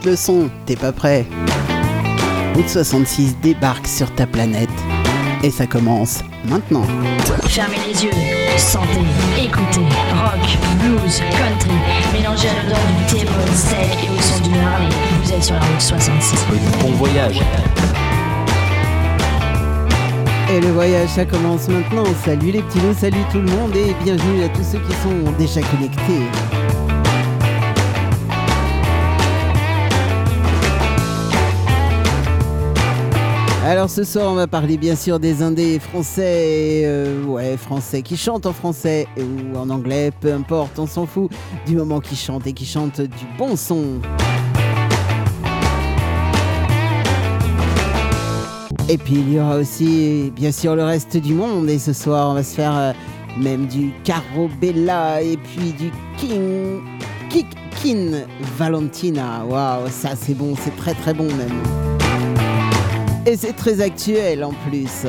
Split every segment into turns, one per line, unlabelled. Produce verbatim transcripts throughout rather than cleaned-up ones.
Monte le son, t'es pas prêt? Route soixante-six débarque sur ta planète et ça commence maintenant.
Fermez les yeux, sentez, écoutez, rock, blues, country, mélangez à l'odeur du thé, bonne steak et au son d'une Harley. Vous êtes sur la route soixante-six.
Bon voyage.
Et le voyage, ça commence maintenant. Salut les petits loups, salut tout le monde et bienvenue à tous ceux qui sont déjà connectés. Alors ce soir on va parler bien sûr des indés français, euh, ouais français qui chantent en français ou en anglais, peu importe, on s'en fout du moment qu'ils chantent et qui chantent du bon son. Et puis il y aura aussi bien sûr le reste du monde et ce soir on va se faire euh, même du Caro Bella et puis du King Kick Kin Valentina. Waouh, ça c'est bon, c'est très très bon même. Et c'est très actuel en plus.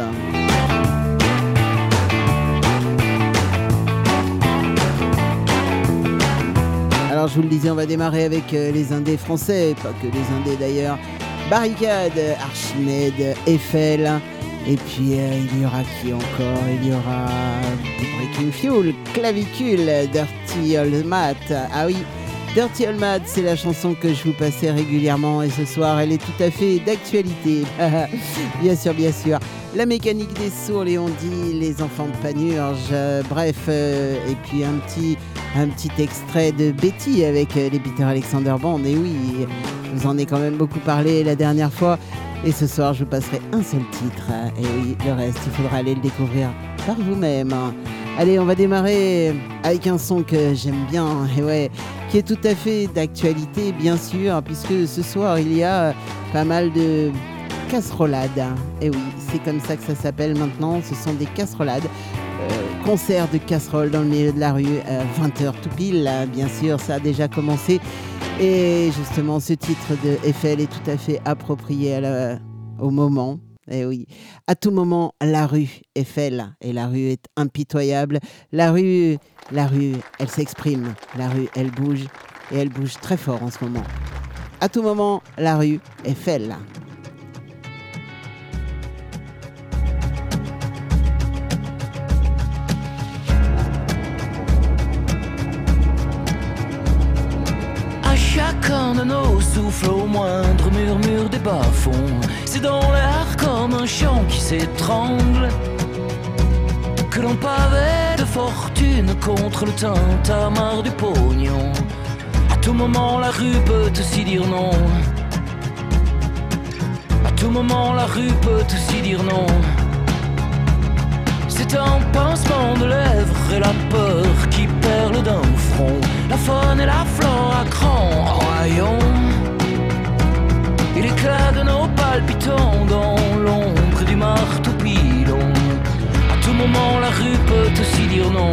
Alors je vous le disais, on va démarrer avec euh, les indés français, pas que les indés d'ailleurs. Barricade, Archimède, Eiffel, et puis euh, il y aura qui encore? Il y aura Breaking Fuel, Clavicule, Dirty Old Mat. Ah oui, Dirty Old Mat, c'est la chanson que je vous passais régulièrement et ce soir elle est tout à fait d'actualité. Bien sûr, bien sûr. La mécanique des sourds, les ondits, les enfants de Panurge, euh, bref, euh, et puis un petit, un petit extrait de Betty avec euh, les Peter Alexander Band. Et oui, je vous en ai quand même beaucoup parlé la dernière fois. Et ce soir, je vous passerai un seul titre. Et oui, le reste, il faudra aller le découvrir par vous-même. Allez, on va démarrer avec un son que j'aime bien, et ouais, qui est tout à fait d'actualité, bien sûr, puisque ce soir, il y a pas mal de casserolades. Et oui, c'est comme ça que ça s'appelle maintenant, ce sont des casserolades. Euh, concert de casseroles dans le milieu de la rue, à vingt heures tout pile, bien sûr, ça a déjà commencé. Et justement, ce titre de Eiffel est tout à fait approprié à la, au moment. Et oui, à tout moment, la rue Eiffel, et la rue est impitoyable. La rue, la rue, elle s'exprime, la rue, elle bouge, et elle bouge très fort en ce moment. À tout moment, la rue Eiffel.
Chacun de nos souffles au moindre murmure des bas-fonds. C'est dans l'air comme un chant qui s'étrangle que l'on pavait de fortune contre le tintamarre du pognon. À tout moment la rue peut aussi dire non. À tout moment la rue peut aussi dire non. C'est un pincement de lèvres et la peur qui perle d'un front. La faune et la flore à grands royaumes. Et l'éclat de nos palpitants dans l'ombre du marteau pilon. À tout moment la rue peut aussi dire non.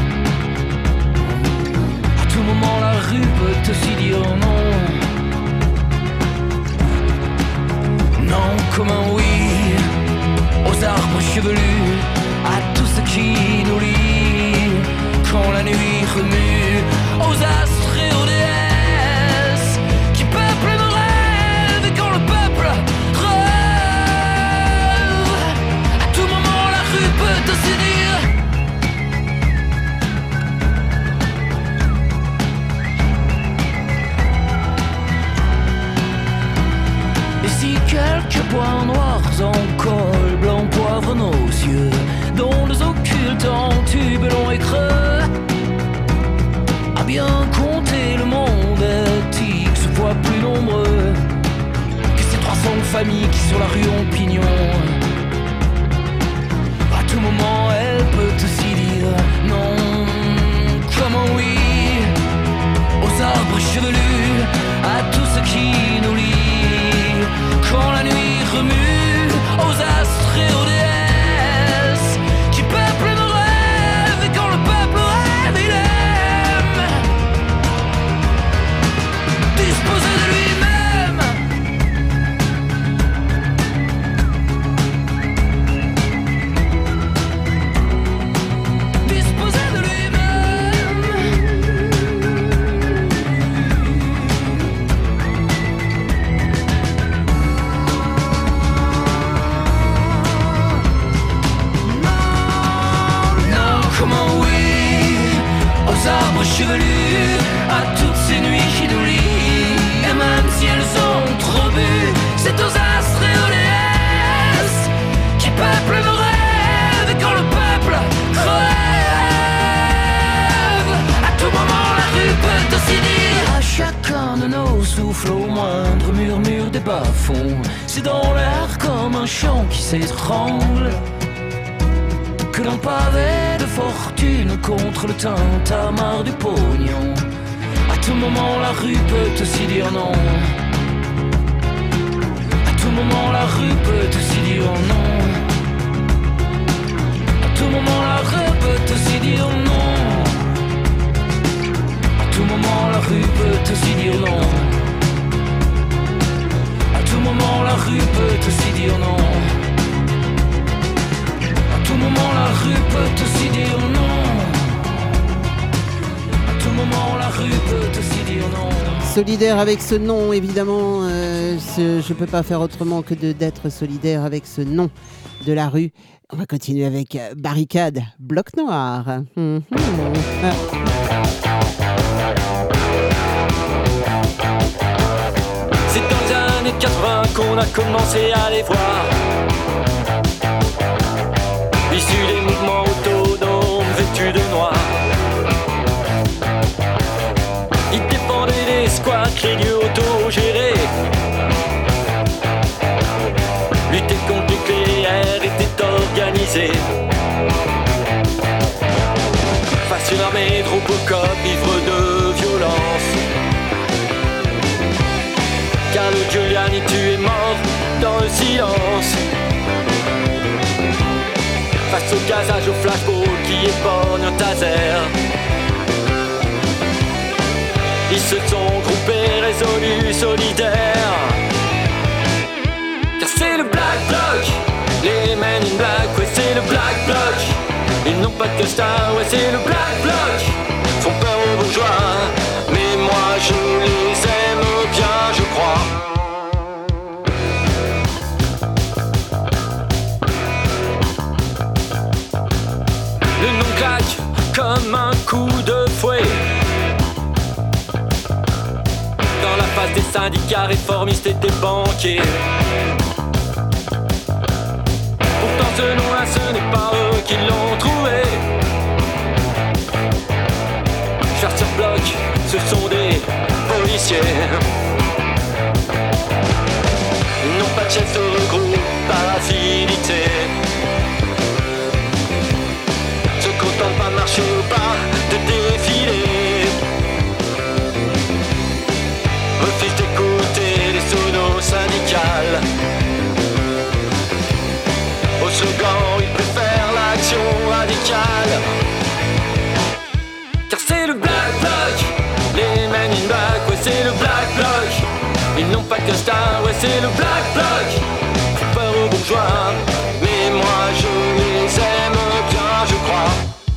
À tout moment la rue peut aussi dire non. Non comme un oui aux arbres chevelus, à tout ce qui nous lie quand la nuit remue, aux astres et aux déesses qui peuplent nos rêves. Et quand le peuple rêve, à tout moment la rue peut aussi dire. Et si quelques points noirs en col blanc poivre nos yeux, dont les occultes en tube long et creux, à bien compter le monde éthique se voit plus nombreux que ces trois cents familles qui sur la rue ont pignon. À tout moment elle peut aussi dire non comme un oui aux arbres chevelus, à tout ce qui nous lie quand la nuit remue, aux astres et aux déesses qui peuplent nos rêves. Et quand arbres chevelus, à toutes ces nuits qui nous lient. Et même si elles ont trop bu, c'est aux astres et aux déesses qui peuplent nos rêves. Et quand le peuple crève, à tout moment la rue peut aussi dire à chacun de nos souffles, au moindre murmure des bas-fonds. C'est dans l'air comme un chant qui s'étrangle que l'on pavait de fortune contre le tintamarre du pognon. À tout moment la rue peut aussi dire non. À tout moment la rue peut aussi dire non. À tout moment la rue peut aussi dire non. À tout moment la rue peut aussi dire non. À tout moment la rue peut aussi dire non. À tout moment la rue peut aussi dire non. À tout moment la rue peut aussi dire non.
Solidaire avec ce nom, évidemment, euh, ce, je peux pas faire autrement que de, d'être solidaire avec ce nom de la rue. On va continuer avec Barricade, Bloc Noir. Mmh, mmh. Ah.
C'est dans les années quatre-vingts qu'on a commencé à les voir. Issus des mouvements autonomes vêtus de noir. Ils défendaient les squats, les lieux autogérés. Lutter contre le nucléaire était organisé. Face une armée de Robocop ivre de violence. Carlo Giuliani tué mort dans le silence. Face au gazage au flashball qui éborgne un taser. Ils se sont groupés, résolus, solidaires. Car c'est le Black Bloc, les Men in Black, ouais c'est le Black Bloc. Ils n'ont pas de costard, ouais c'est le Black Bloc. Font peur aux bourgeois, mais moi je les aime bien, je crois. Le nom claque comme un coup de fouet. Dans la face des syndicats réformistes et des banquiers. Pourtant ce nom-là, ce n'est pas eux qui l'ont trouvé. Chars sur bloc, ce sont des policiers. Ils n'ont pas de chef, se regroupent par affinité. Se contentent pas de marcher au pas, de défiler. Refuse d'écouter les sonos syndicales. Au slogan, ils préfèrent l'action radicale. Car c'est le Black Bloc, les Men in Black, ouais c'est le Black Bloc. Ils n'ont pas de costard, ouais c'est le Black Bloc. Font peur aux bourgeois, mais moi je les aime bien, je crois.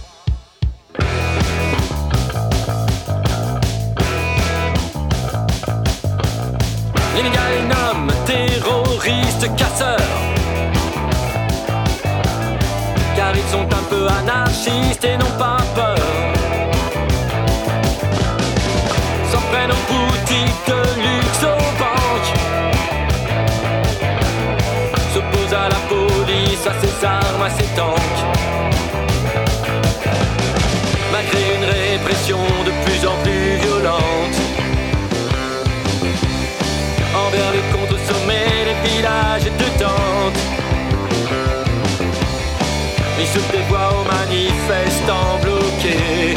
Les méga les nomment terroristes casseurs. Car ils sont un peu anarchistes et n'ont pas peur. S'en prennent aux boutiques de luxe, aux banques. S'opposent à la police, à ses armes, à ses tanks. Malgré une répression de plus en plus violente. Envers les contre-sommets, les villages et de tentes. Ils se dévoient aux manifestants bloqués.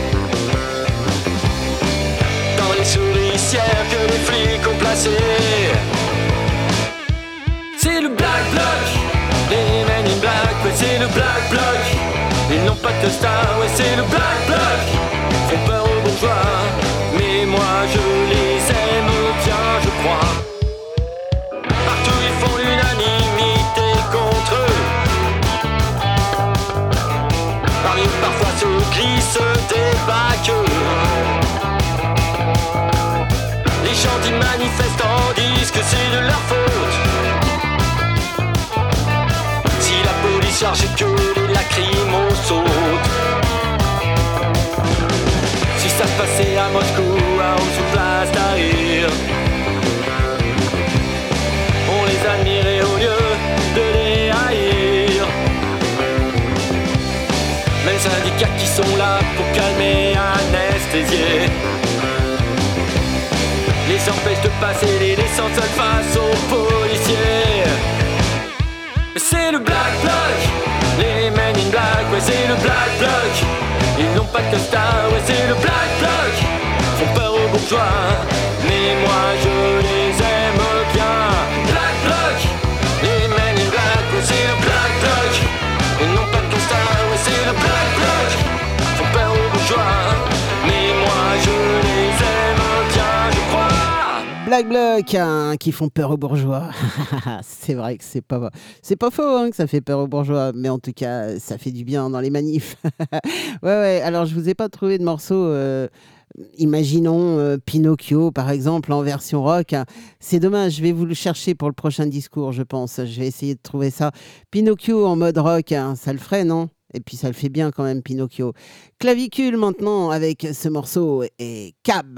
Dans les souricières que les flics ont placées. C'est le Black Bloc, les Men in Black, ouais c'est le Black Bloc. Ils n'ont pas de costard, ouais c'est le Black Bloc. Font peur aux bourgeois, mais moi je les aime bien, je crois. Partout ils font l'unanimité contre eux. Parmi eux parfois se glissent des bacs. Les gentils manifestants disent que c'est de leur faute. Si la police charge et que les lacrymos sautent. calmés, anesthésiés. Les empêchent de passer, les laissant seuls face aux policiers. C'est le Black Bloc, les Men in Black, ouais c'est le Black Bloc. Ils n'ont pas de costard, ouais c'est le Black Bloc. Font peur aux bourgeois, mais moi je les aime bien. Black Bloc, les Men in Black, ouais c'est le Black Bloc. Ils n'ont pas de costard, ouais c'est le Black Bloc. Font peur aux bourgeois, mais moi je les aime bien, je crois.
Black Bloc, hein, qui font peur aux bourgeois. C'est vrai que c'est pas, c'est pas faux hein, que ça fait peur aux bourgeois, mais en tout cas, ça fait du bien dans les manifs. ouais, ouais. Alors, je vous ai pas trouvé de morceau. Euh, imaginons euh, Pinocchio, par exemple, en version rock. C'est dommage. Je vais vous le chercher pour le prochain discours, je pense. Je vais essayer de trouver ça. Pinocchio en mode rock, hein, ça le ferait, non ? Et puis ça le fait bien quand même, Pinocchio. Clavicule maintenant avec ce morceau et Cab.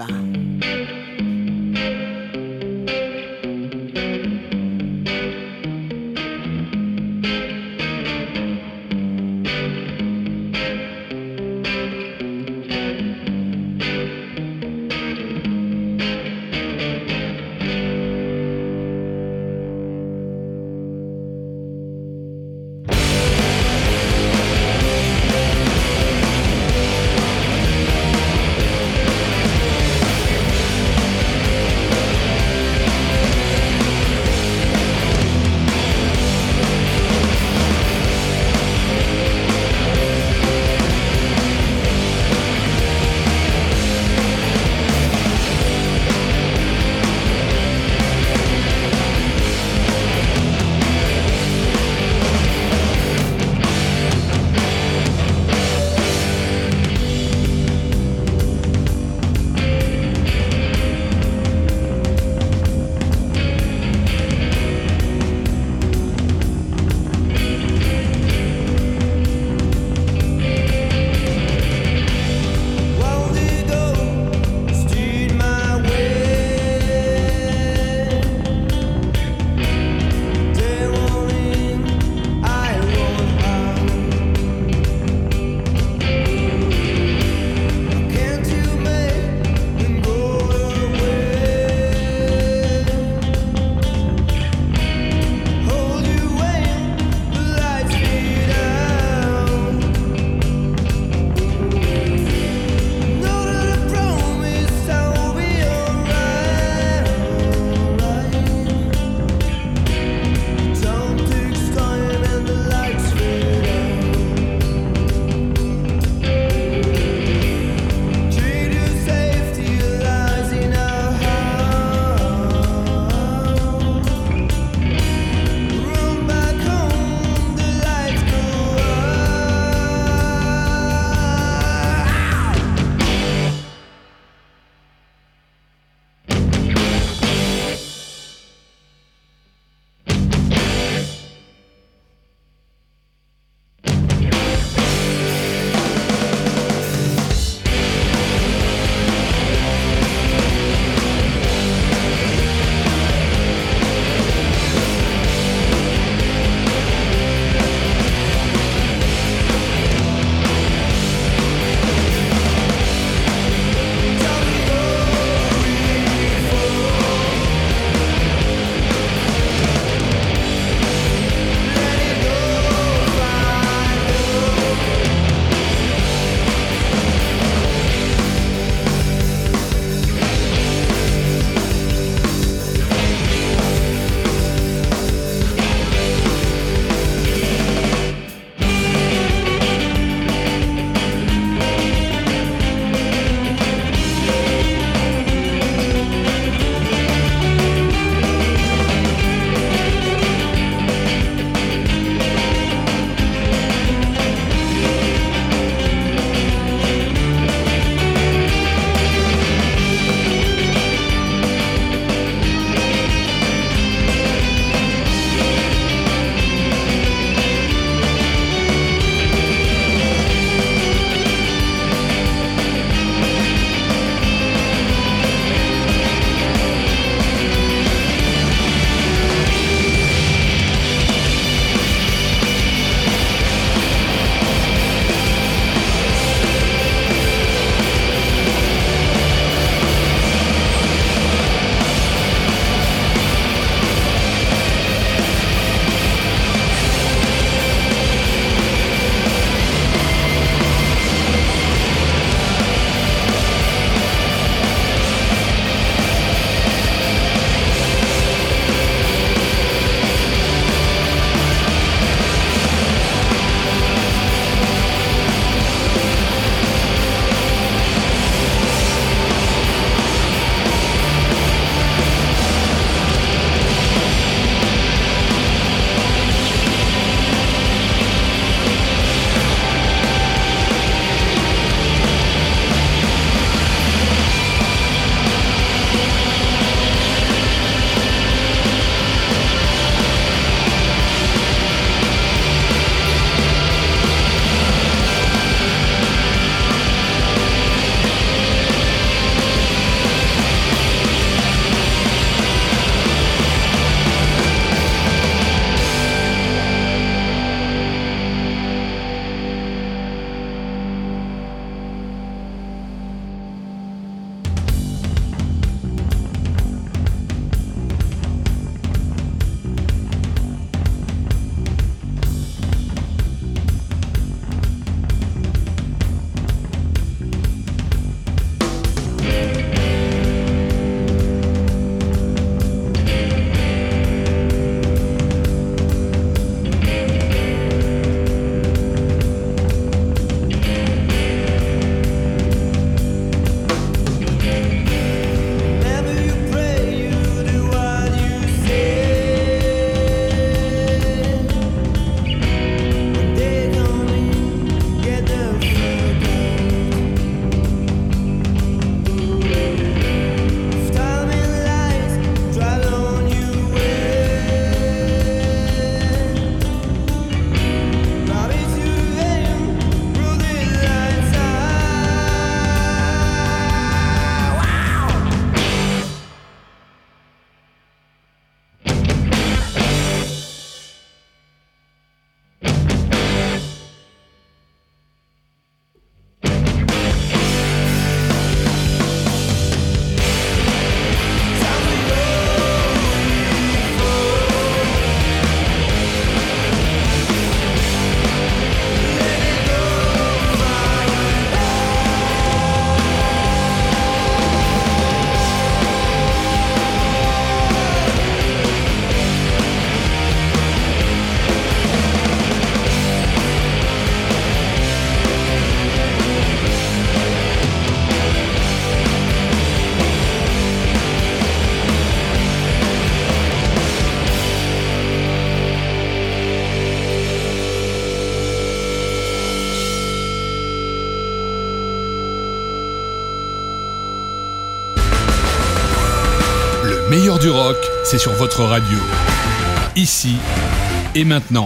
meilleur du rock, c'est sur votre radio. Ici et maintenant.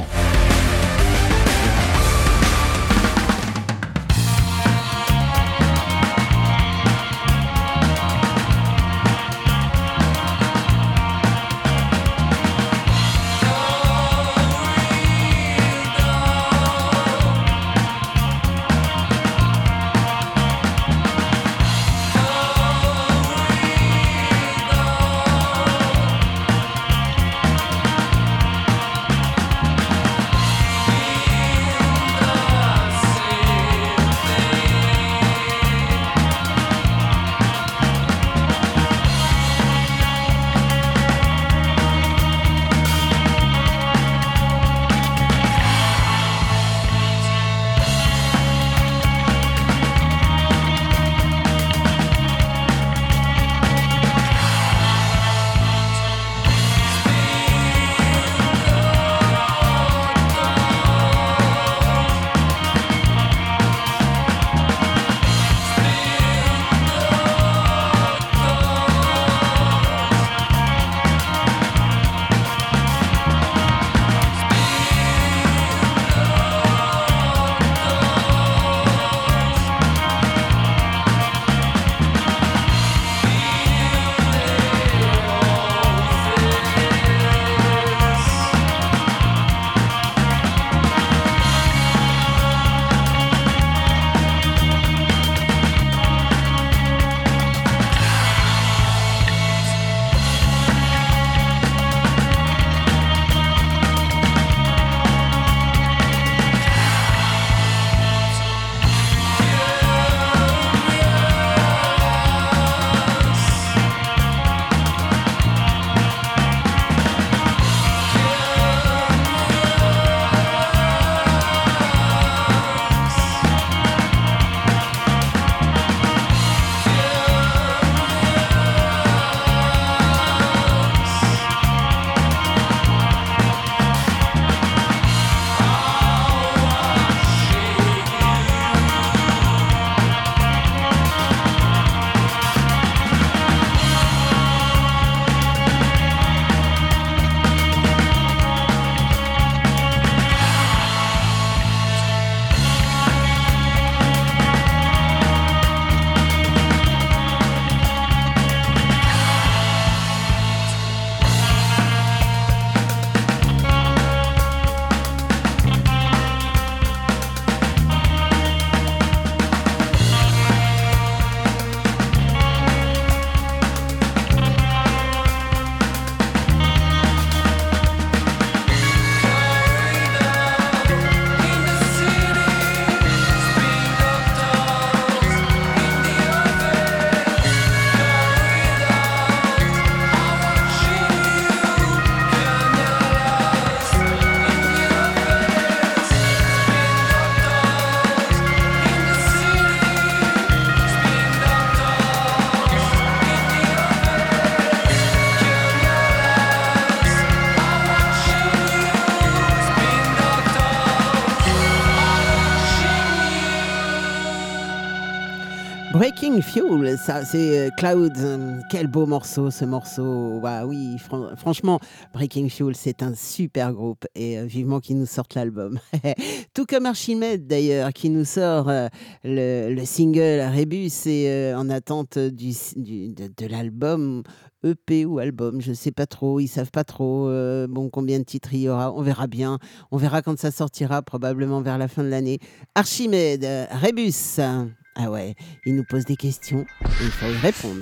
Breaking Fuel, ça c'est Cloud. Quel beau morceau ce morceau. Bah oui, fran- franchement, Breaking Fuel c'est un super groupe et euh, vivement qu'ils nous sortent l'album. Tout comme Archimède d'ailleurs qui nous sort euh, le, le single Rébus et euh, en attente du, du, de, de l'album E P ou album, je sais pas trop, ils savent pas trop euh, bon combien de titres il y aura, on verra bien, on verra quand ça sortira, probablement vers la fin de l'année. Archimède, euh, Rébus. Ah ouais, il nous pose des questions et il faut y répondre.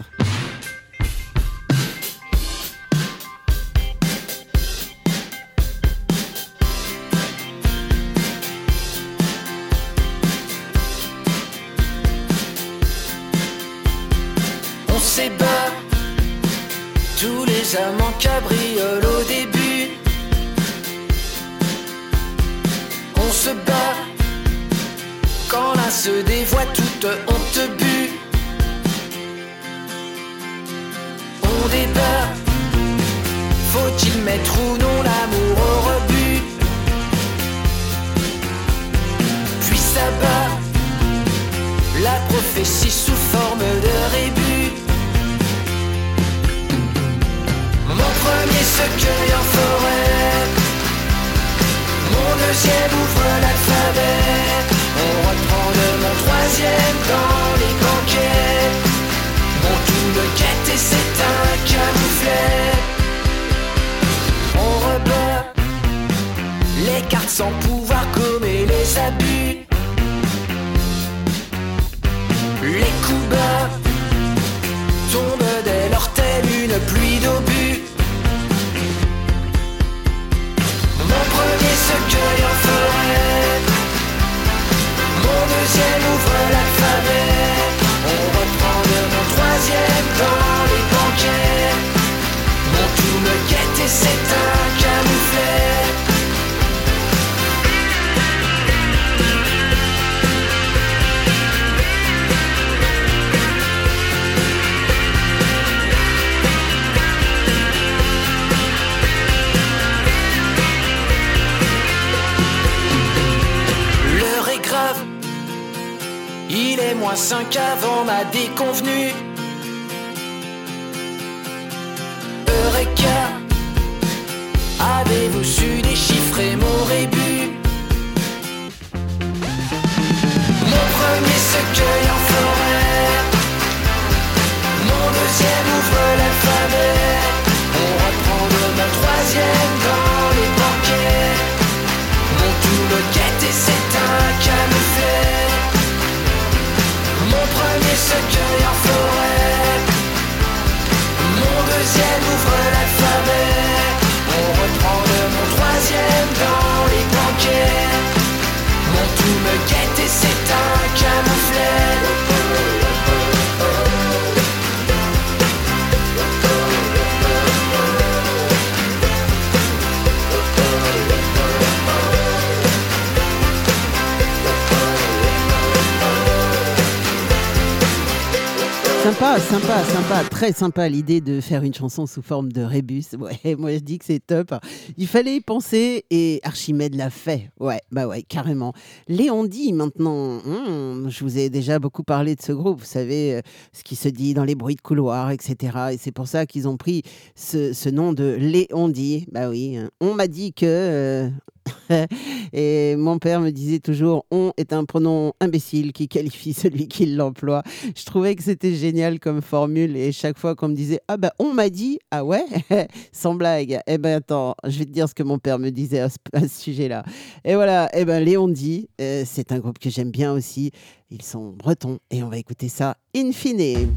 On s'ébat, tous les amants cabriolent au début. On se bat, quand l'un se dévoie toute honte but. On débat, faut-il mettre ou non l'amour au rebut? Puis s'abat la prophétie sous forme de rébut. cueille en forêt. Mon deuxième ouvre l'alphabet. On reprend de mon troisième dans les banquets. Mon tout me guette et c'est un camouflet. On rebat les cartes sans pouvoir gommer les abus. Les coups bas tombent dès leur telle une pluie d'obus. Mon premier se cueille en forêt. Mon deuxième ouvre l'alphabet. On reprend de mon troisième dans les banquets. Mon tout me guette et c'est un camouflet. Il est moins cinq avant ma déconvenue. Eureka, avez-vous su déchiffrer mon rébut? Mon premier se cueille en forêt. Mon deuxième ouvre l'alphabet. On reprend de mon troisième dans les banquets. Mon tout me guette et c'est un camouflet. Mon premier se cueille en forêt. Mon deuxième ouvre l'alphabet. On reprend de mon troisième dans les banquets. Mon tout me guette et c'est un camouflet.
Sympa, sympa, sympa, très sympa l'idée de faire une chanson sous forme de rébus. Ouais, moi je dis que c'est top. Il fallait y penser et Archimède l'a fait. Ouais, bah ouais, carrément. Léondi maintenant, hum, je vous ai déjà beaucoup parlé de ce groupe. Vous savez, euh, ce qui se dit dans les bruits de couloir, et cetera. Et c'est pour ça qu'ils ont pris ce, ce nom de Léondi. Bah oui, hein. On m'a dit que... Euh... Et mon père me disait toujours on est un pronom imbécile qui qualifie celui qui l'emploie. Je trouvais que c'était génial comme formule et chaque fois qu'on me disait ah bah on m'a dit ah ouais sans blague eh ben attends je vais te dire ce que mon père me disait à ce, à ce sujet-là et voilà et ben Léondi euh, c'est un groupe que j'aime bien aussi, ils sont bretons et on va écouter ça in fine.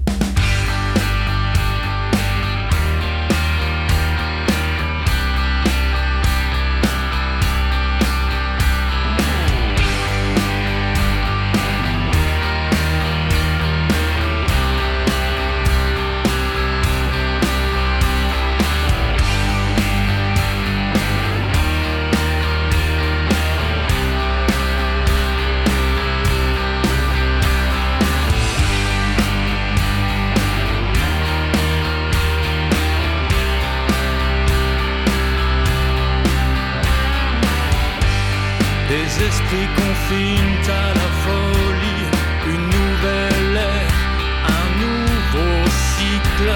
Des esprits confinent à la folie, une nouvelle ère, un nouveau cycle,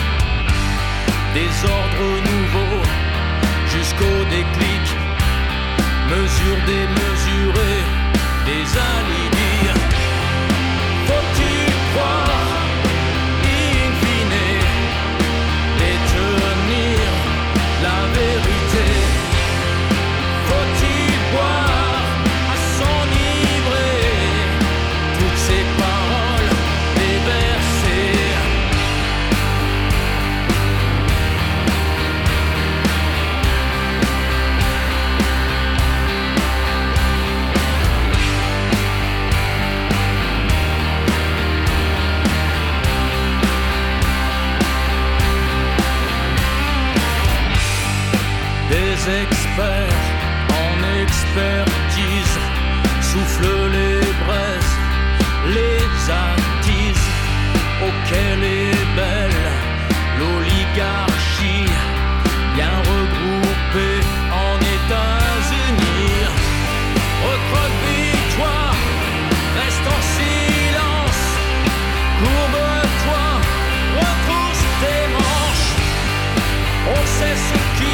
des ordres nouveaux jusqu'au déclic, mesure démesurée, des alibis. Faut-il croire, in fine, et tenir la vérité? Faut-il boire ces paroles déversées? Des experts en expertise soufflent les braises, les attisent, auquel est belle l'oligarchie, bien regroupée en États-Unis. Recroque victoire, reste en silence, courbe-toi, retrousse tes manches, on sait ce qui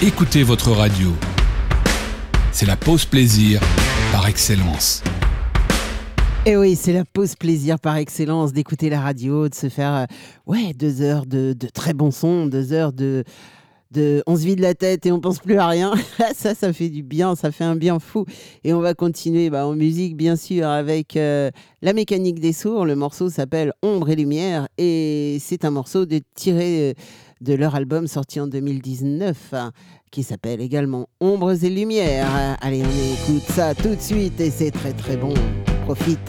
Écoutez votre radio. C'est la pause plaisir par excellence.
Et oui, c'est la pause plaisir par excellence d'écouter la radio, de se faire euh, ouais, deux heures de, de très bons sons, deux heures de, de... On se vide la tête et on pense plus à rien. Ça, ça fait du bien, ça fait un bien fou. Et on va continuer bah, en musique, bien sûr, avec euh, La Mécanique des Sourds. Le morceau s'appelle Ombre et Lumière et c'est un morceau de, tiré de leur album sorti en deux mille dix-neuf hein, qui s'appelle également Ombres et Lumières. Allez, on écoute ça tout de suite et c'est très très bon. Profite.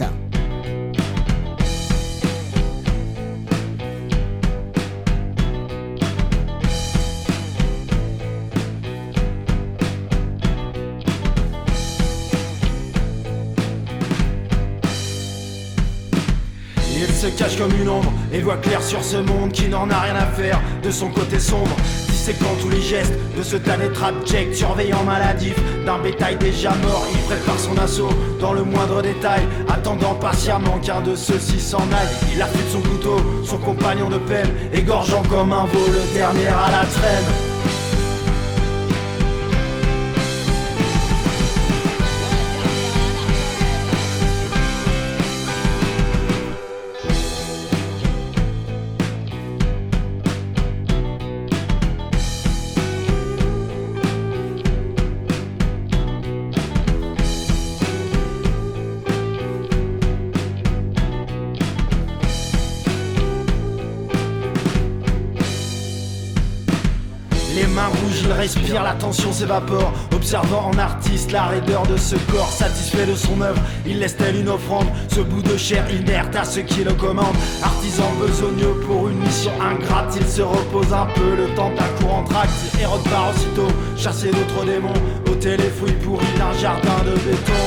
Il se cache comme une ombre et voit clair sur ce monde qui n'en a rien à faire de son côté sombre. Disséquant tous les gestes de ce tanné trap check, surveillant maladif d'un bétail déjà mort. Il prépare son assaut dans le moindre détail, attendant patiemment qu'un de ceux-ci s'en aille. Il affûte son couteau, son compagnon de peine, égorgeant comme un veau le dernier à la traîne. Il respire, la tension s'évapore, observant en artiste la raideur de ce corps. Satisfait de son œuvre, il laisse tel une offrande, ce bout de chair inerte à ceux qui le commandent. Artisan besogneux pour une mission ingrate, il se repose un peu, le temps d'un court entracte. Hérode part aussitôt, chasser d'autres démons, ôter les fouilles pourries d'un jardin de béton.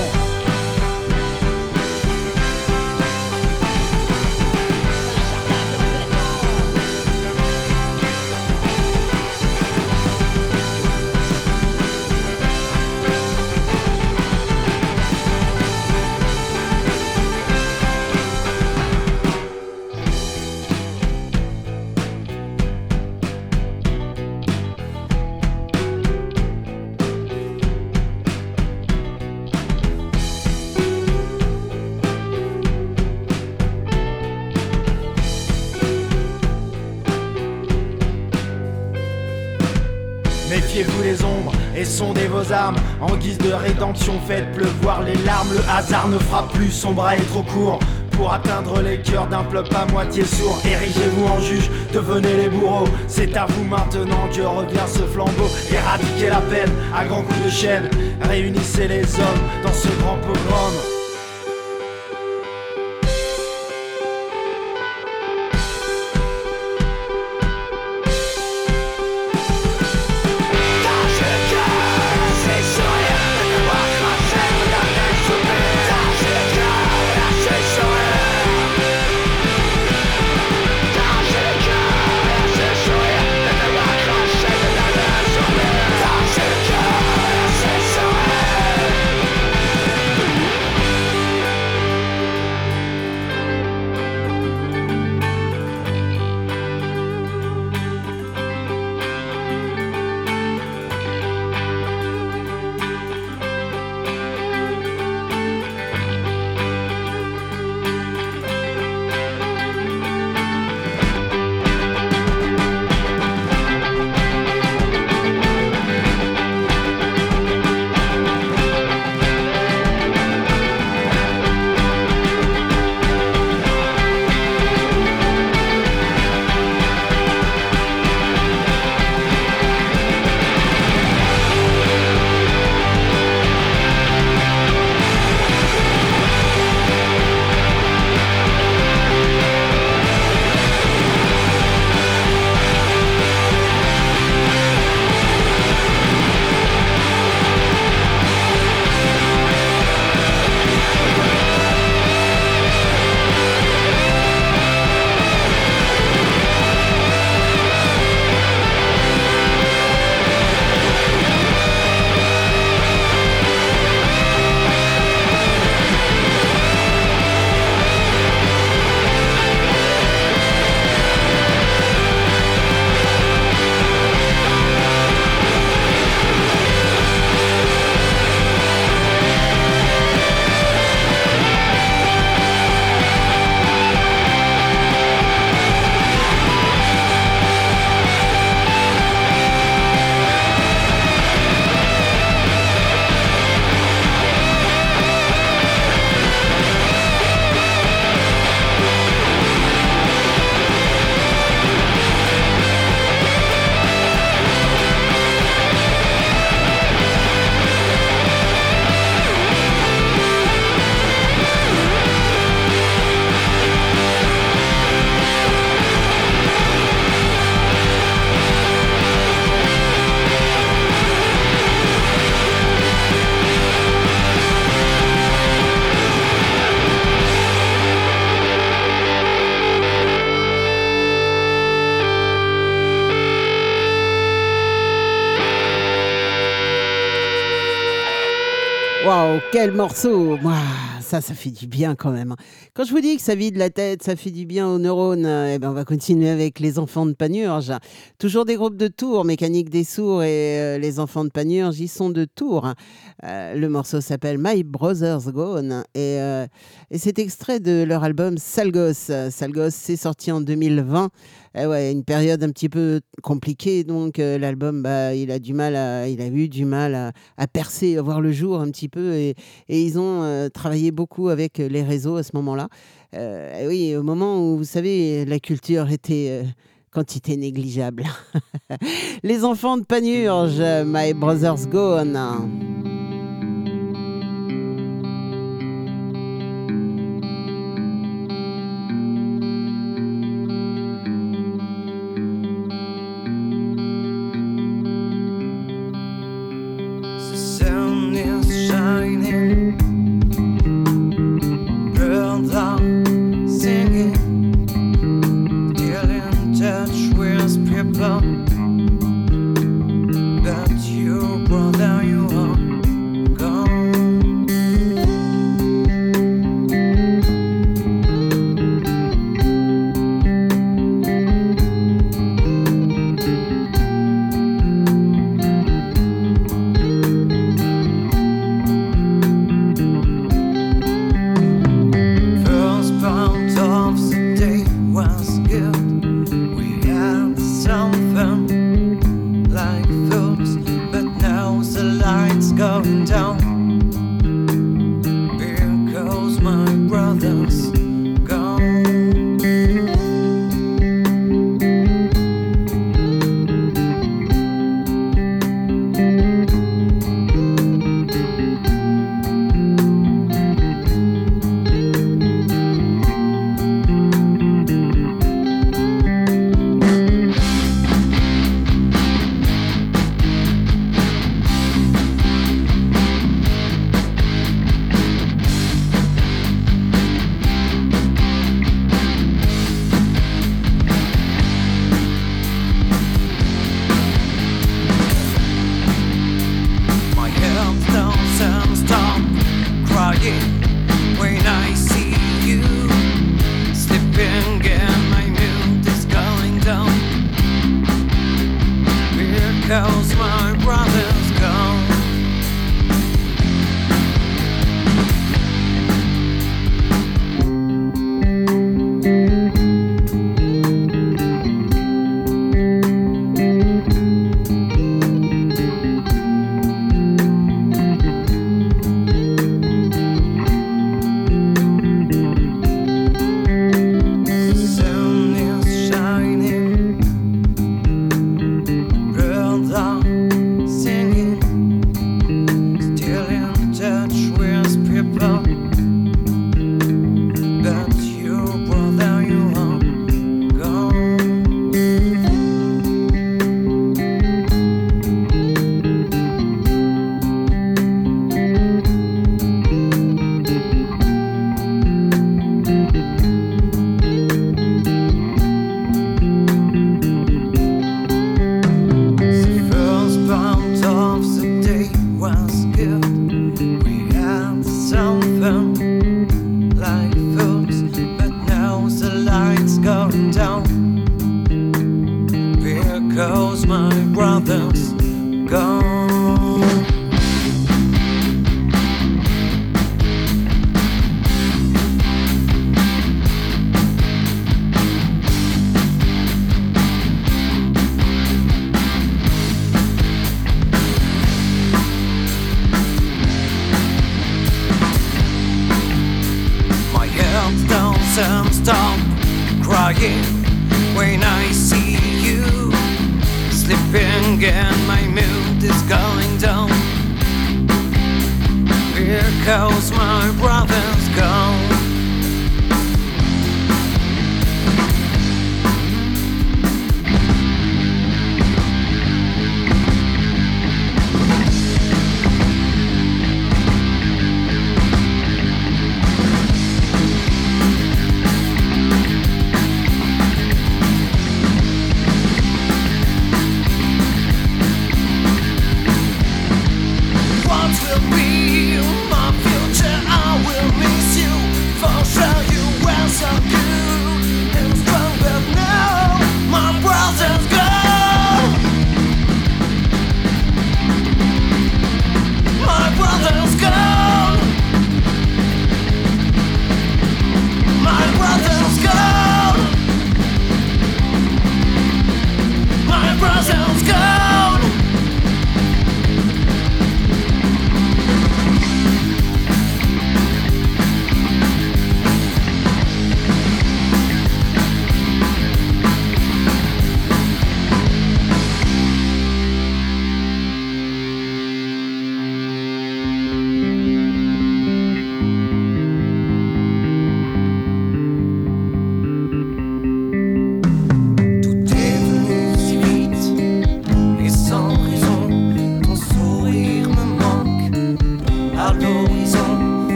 Méfiez-vous les ombres et sondez vos armes. En guise de rédemption, faites pleuvoir les larmes. Le hasard ne frappe plus, son bras est trop court pour atteindre les cœurs d'un peuple à moitié sourd. Érigez-vous en juge, devenez les bourreaux. C'est à vous maintenant que revient ce flambeau. Éradiquez la peine à grands coups de chaîne. Réunissez les hommes dans ce grand pogrom.
Waouh, quel morceau! Moi, ça, ça fait du bien quand même. Quand je vous dis que ça vide la tête, ça fait du bien aux neurones, eh ben on va continuer avec les enfants de Panurge. Toujours des groupes de Tours, Mécanique des Sourds et euh, les enfants de Panurge, ils sont de Tours. Euh, le morceau s'appelle My Brother's Gone et, euh, et c'est extrait de leur album Salgos. Salgos, c'est sorti en deux mille vingt. Eh ouais, une période un petit peu compliquée, donc euh, l'album, bah, il a du mal, à, il a eu du mal à, à percer, à voir le jour un petit peu, et, et ils ont euh, travaillé beaucoup avec les réseaux à ce moment-là. Euh, et oui, au moment où, vous savez, la culture était euh, quantité négligeable. Les enfants de Panurge, My Brother's Gone.
What will be my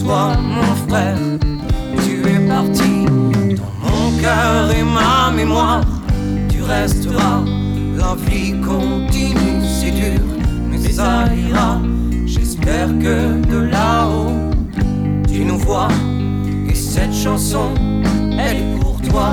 toi, mon frère. Tu es parti dans mon cœur et ma mémoire. Tu resteras, la vie continue, c'est dur, mais ça ira. J'espère que de là-haut, tu nous vois. Et cette chanson, elle est pour toi.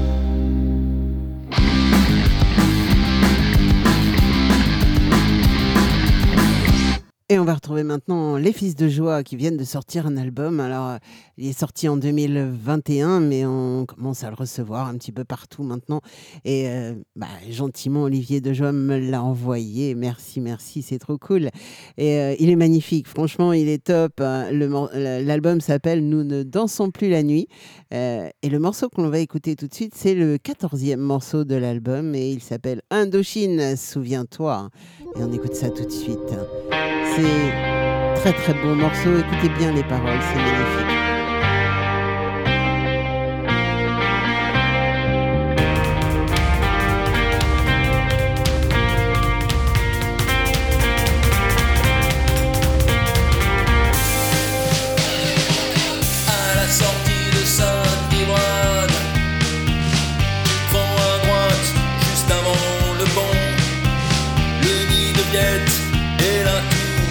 Et on va retrouver maintenant les Fils de Joie qui viennent de sortir un album. Alors, il est sorti en deux mille vingt et un, mais on commence à le recevoir un petit peu partout maintenant. Et euh, bah, gentiment, Olivier de Joie me l'a envoyé. Merci, merci, c'est trop cool. Et euh, il est magnifique, franchement, il est top. Le, l'album s'appelle « Nous ne dansons plus la nuit ». Euh, et le morceau qu'on va écouter tout de suite, c'est le quatorzième morceau de l'album. Et il s'appelle « Indochine, souviens-toi ». Et on écoute ça tout de suite. C'est très très bon morceau, écoutez bien les paroles, c'est magnifique.
À la sortie de Saint-Yvonne, prends à droite, juste avant le pont, le nid de Viette est là.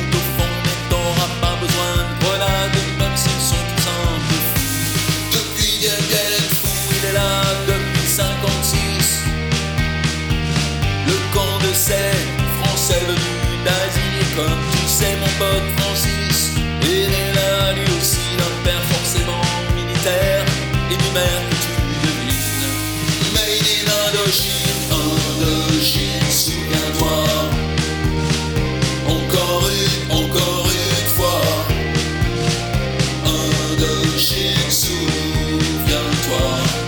Français venu d'Asie, comme tu sais mon pote Francis, et né là lui aussi d'un père forcément militaire, et d'une mère que tu devines. Made in Indochine, Indochine, souviens-toi. Encore une, encore une fois. Indochine, souviens-toi.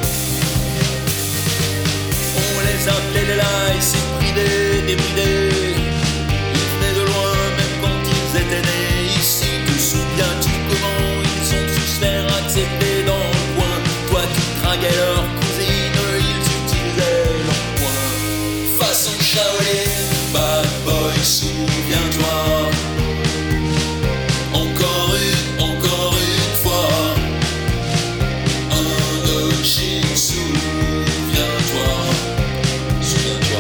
On les appelait les laïcs, bridés, débridés. Ils venaient de loin, même quand ils étaient nés ici. Te souviens-tu comment ils ont su se faire accepter dans le coin? Toi tu draguais leur cousine, ils utilisaient leur poing. Façon Shaolin, bad boy, souviens-toi. Encore une, encore une fois. Indochine, souviens-toi. Souviens-toi.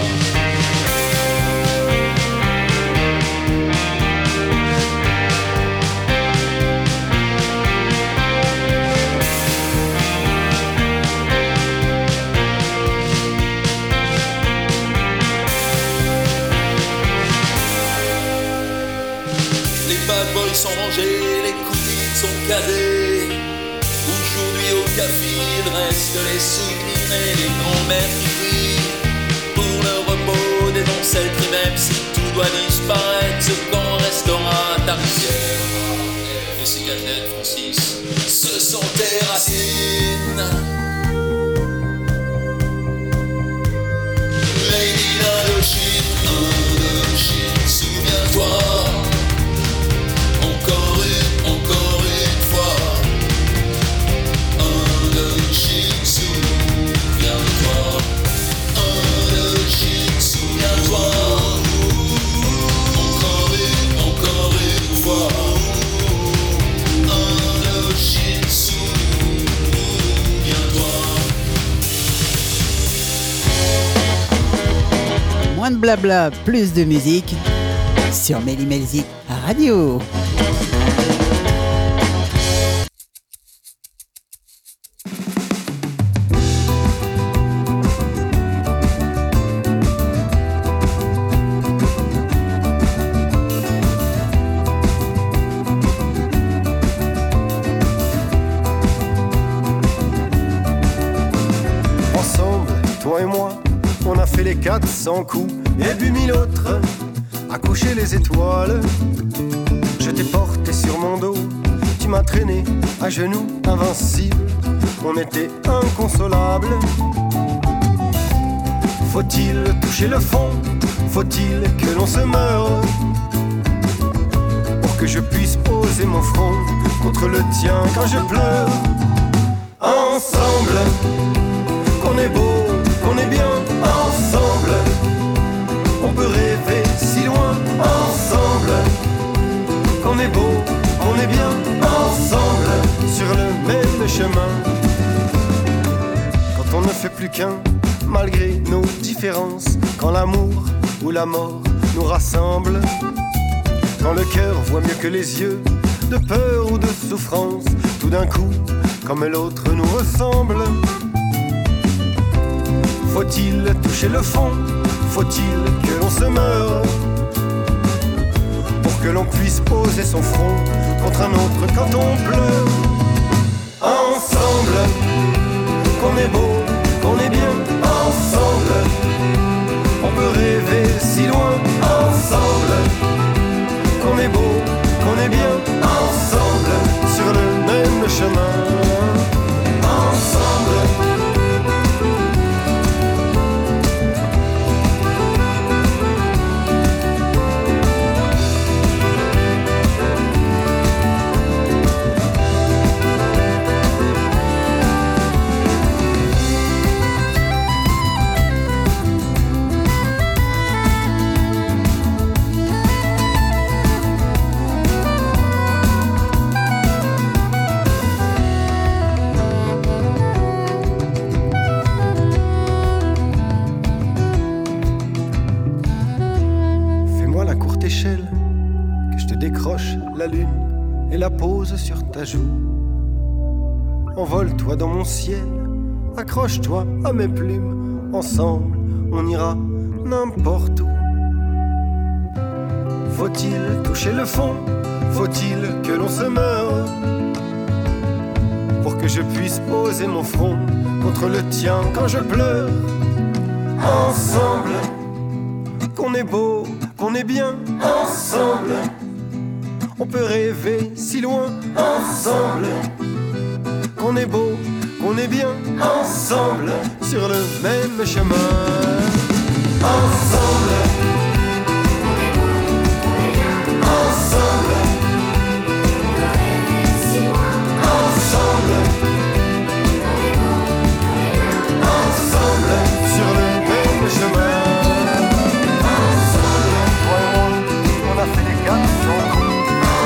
Les bad boys sont rangés, les cousines sont casées. Aujourd'hui au café, il reste les souvenirs et les grands-mères qui crient pour le repos des ancêtres. Et même si tout doit disparaître, ce camp restera ta rivière. Et ces cadenettes, Francis, ce sont tes racines. Lady Indochine, Indochine, souviens-toi. Encore une, encore une fois. Indochine, souviens-toi. Indochine, souviens-toi. Encore une, encore une fois. Indochine, souviens-toi.
Moins de blabla, plus de musique sur Méli-Melzik Radio.
quatre cents coups et bu mille autres à coucher les étoiles. Je t'ai porté sur mon dos, tu m'as traîné à genoux, invincible. On était inconsolables. Faut-il toucher le fond? Faut-il que l'on se meure pour que je puisse poser mon front contre le tien quand je pleure? Ensemble, qu'on est beau, qu'on est bien, ensemble. On peut rêver si loin, ensemble. Qu'on est beau, qu'on est bien ensemble sur le même chemin. Quand on ne fait plus qu'un, malgré nos différences, quand l'amour ou la mort nous rassemble, quand le cœur voit mieux que les yeux, de peur ou de souffrance, tout d'un coup, comme l'autre nous ressemble. Faut-il toucher le fond? Faut-il que l'on se meure pour que l'on puisse poser son front contre un autre quand on pleure? Ensemble, qu'on est beau, qu'on est bien, ensemble, on peut rêver si loin, ensemble, qu'on est beau, qu'on est bien, ensemble, sur le même chemin, ensemble. La lune et la pose sur ta joue. Envole-toi dans mon ciel, accroche-toi à mes plumes. Ensemble, on ira n'importe où. Faut-il toucher le fond? Faut-il que l'on se meure pour que je puisse poser mon front contre le tien quand je pleure? Ensemble, qu'on est beau, qu'on est bien, ensemble, on peut rêver si loin, ensemble, qu'on est beau, qu'on est bien, ensemble, sur le même chemin, ensemble, ensemble, ensemble, ensemble, sur le même chemin, ensemble, toi et moi, on a fait des quatre ans.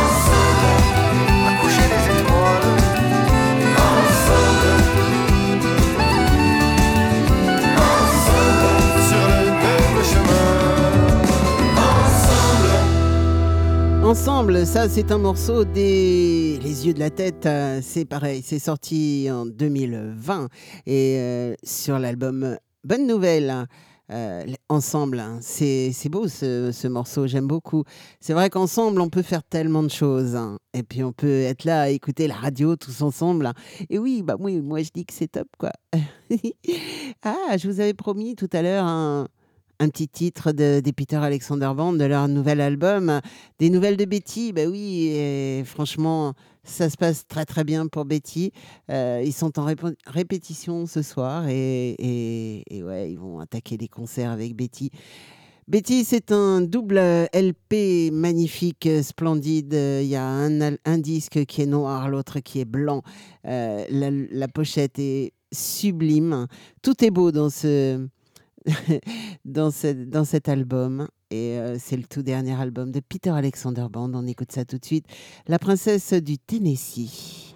Ensemble, ça c'est un morceau des Les Yeux de la Tête, euh, c'est pareil, c'est sorti en deux mille vingt et euh, sur l'album Bonne Nouvelle, euh, Ensemble, hein, c'est, c'est beau ce, ce morceau, j'aime beaucoup. C'est vrai qu'ensemble on peut faire tellement de choses, hein, et puis on peut être là à écouter la radio tous ensemble, hein. Et oui, bah oui, moi je dis que c'est top quoi. Ah, je vous avais promis tout à l'heure un... un petit titre de, des Peter Alexander Band, de leur nouvel album. Des nouvelles de Betty, bah oui, et franchement, ça se passe très très bien pour Betty. Euh, ils sont en rép- répétition ce soir et, et, et ouais, ils vont attaquer les concerts avec Betty. Betty, c'est un double L P magnifique, splendide. Il y a un, un disque qui est noir, l'autre qui est blanc. Euh, la, la pochette est sublime. Tout est beau dans ce... dans, ce, dans cet album et euh, c'est le tout dernier album de Peter Alexander Band. On écoute ça tout de suite. La princesse du Tennessee.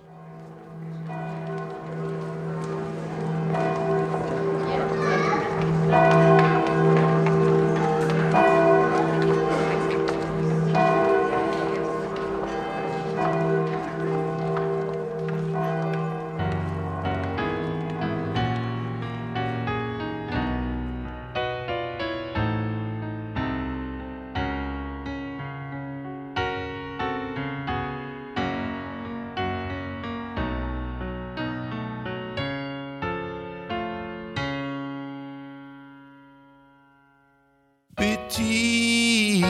Betty,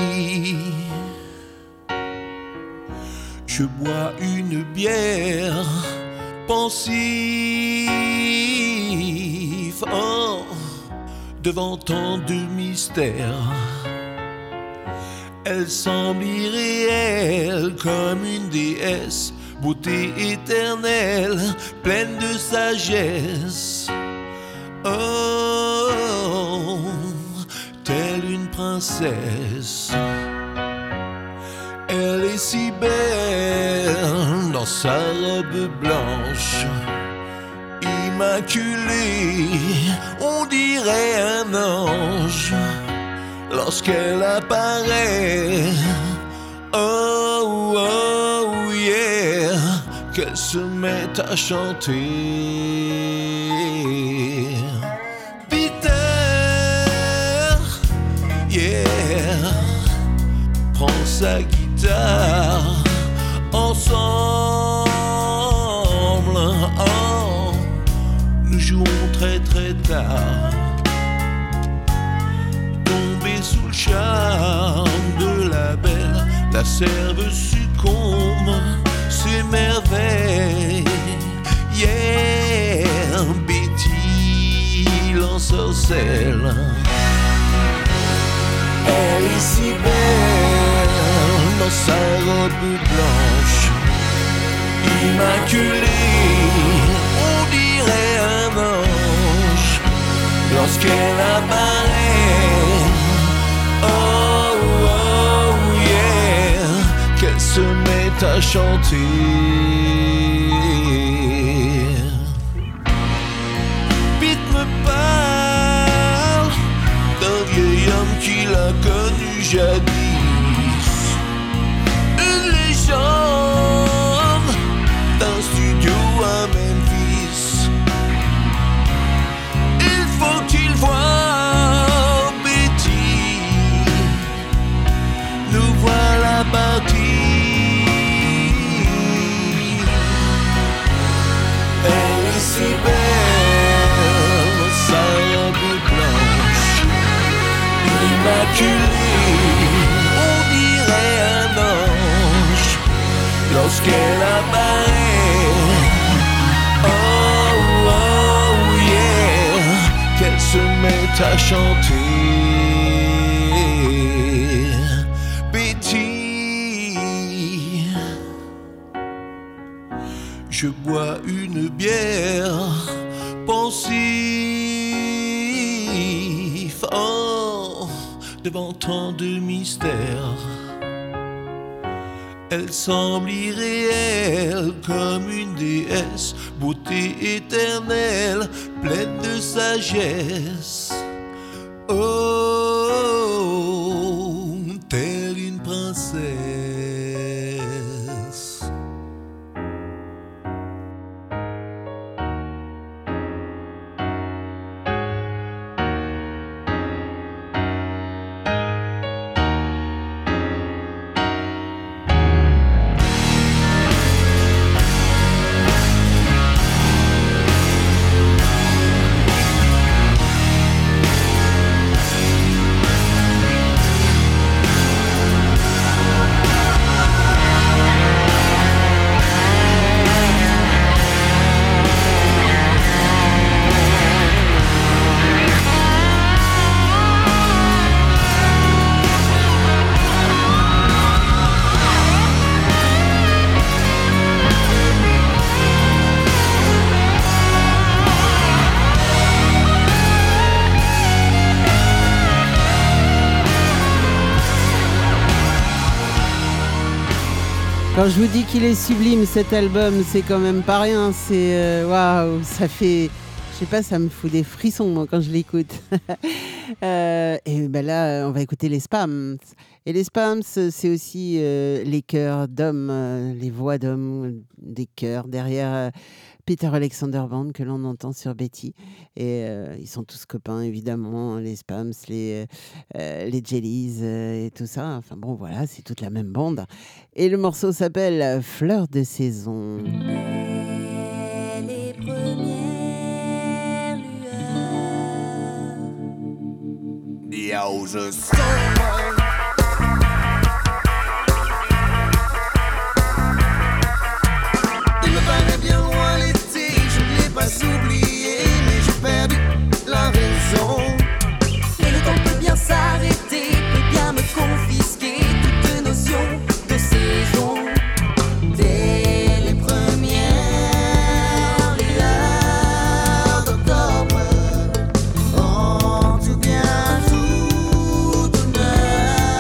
je bois une bière pensive oh, devant tant de mystères. Elle semble irréelle comme une déesse, beauté éternelle, pleine de sagesse. Oh, telle une princesse, elle est si belle dans sa robe blanche, immaculée, on dirait un ange. Lorsqu'elle apparaît, oh, oh, yeah, qu'elle se met à chanter. Peter, yeah, prend sa guitare, ensemble, oh, nous jouons très très tard. Sous le charme de la belle, la serve succombe, s'émerveille. Yeah, Betty l'ensorcelle. Elle est si belle dans sa robe blanche, immaculée, on dirait un ange. Lorsqu'elle apparaît, oh, oh, yeah, qu'elle se met à chanter. Pete me parle d'un vieil homme qui l'a connu jadis, une légende d'un studio à Memphis. Il faut qu'il voie voilà partie. Elle est si belle, sa robe blanche, immaculée, on dirait un ange. Lorsqu'elle apparaît, oh, oh, yeah, qu'elle se met à chanter. Je bois une bière, pensif, oh, devant tant de mystères. Elle semble irréelle comme une déesse, beauté éternelle, pleine de sagesse. Oh, telle une princesse.
Quand je vous dis qu'il est sublime cet album, c'est quand même pas rien. C'est waouh, wow, ça fait, je sais pas, ça me fout des frissons moi quand je l'écoute. euh, et ben là, on va écouter les Spams. Et les Spams, c'est aussi euh, les chœurs d'hommes, euh, les voix d'hommes, des chœurs derrière euh, Peter Alexander Band que l'on entend sur Betty. Et euh, ils sont tous copains, évidemment, les Spams, les, euh, les Jellies euh, et tout ça. Enfin bon, voilà, c'est toute la même bande. Et le morceau s'appelle Fleur de saison.
Les premières lueurs. Yo, je sens bien loin l'été, je ne l'ai pas oublié, mais j'ai perdu la raison. Et le temps peut bien s'arrêter, peut bien me confisquer toute notion de saison. Dès les premières lueurs d'octobre, en tout bien, tout honneur.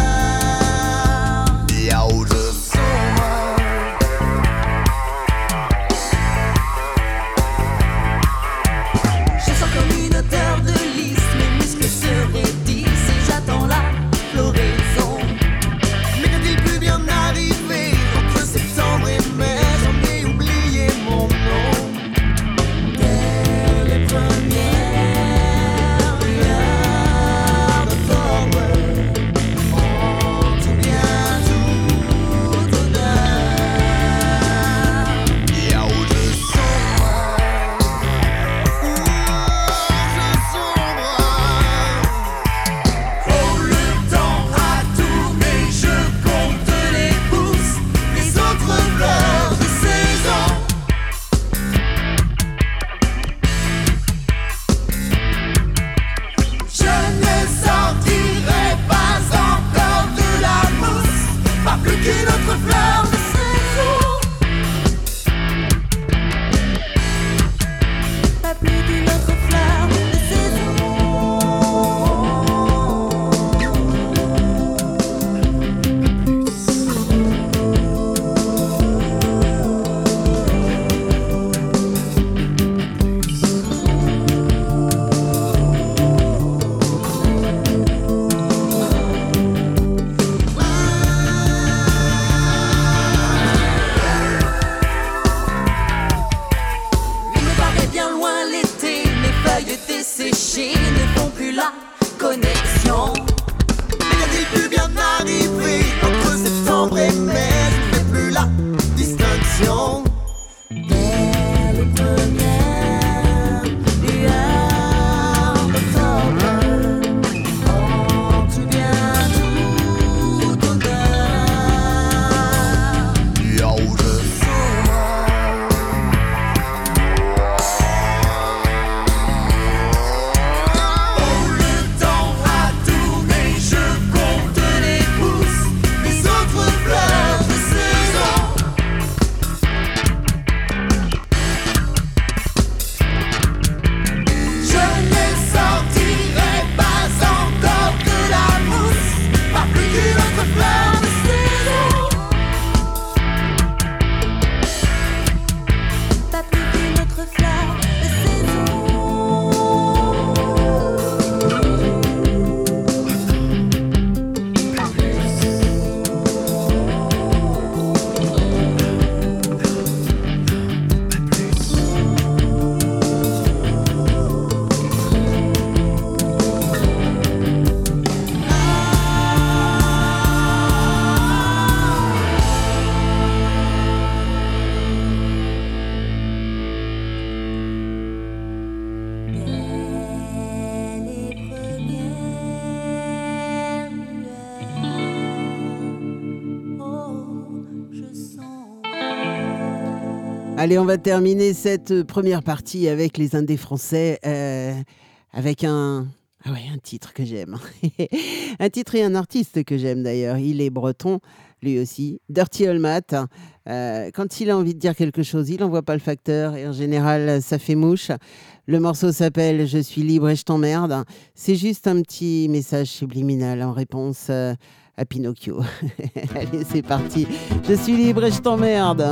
Allez, on va terminer cette première partie avec les indés français, euh, avec un... Ah ouais, un titre que j'aime. Un titre et un artiste que j'aime d'ailleurs. Il est breton, lui aussi. Dirty Old Matt. Euh, quand il a envie de dire quelque chose, il n'envoie pas le facteur. Et en général, ça fait mouche. Le morceau s'appelle « Je suis libre et je t'emmerde ». C'est juste un petit message subliminal en réponse euh, à Pinocchio. Allez, c'est parti. Je suis libre et je t'emmerde.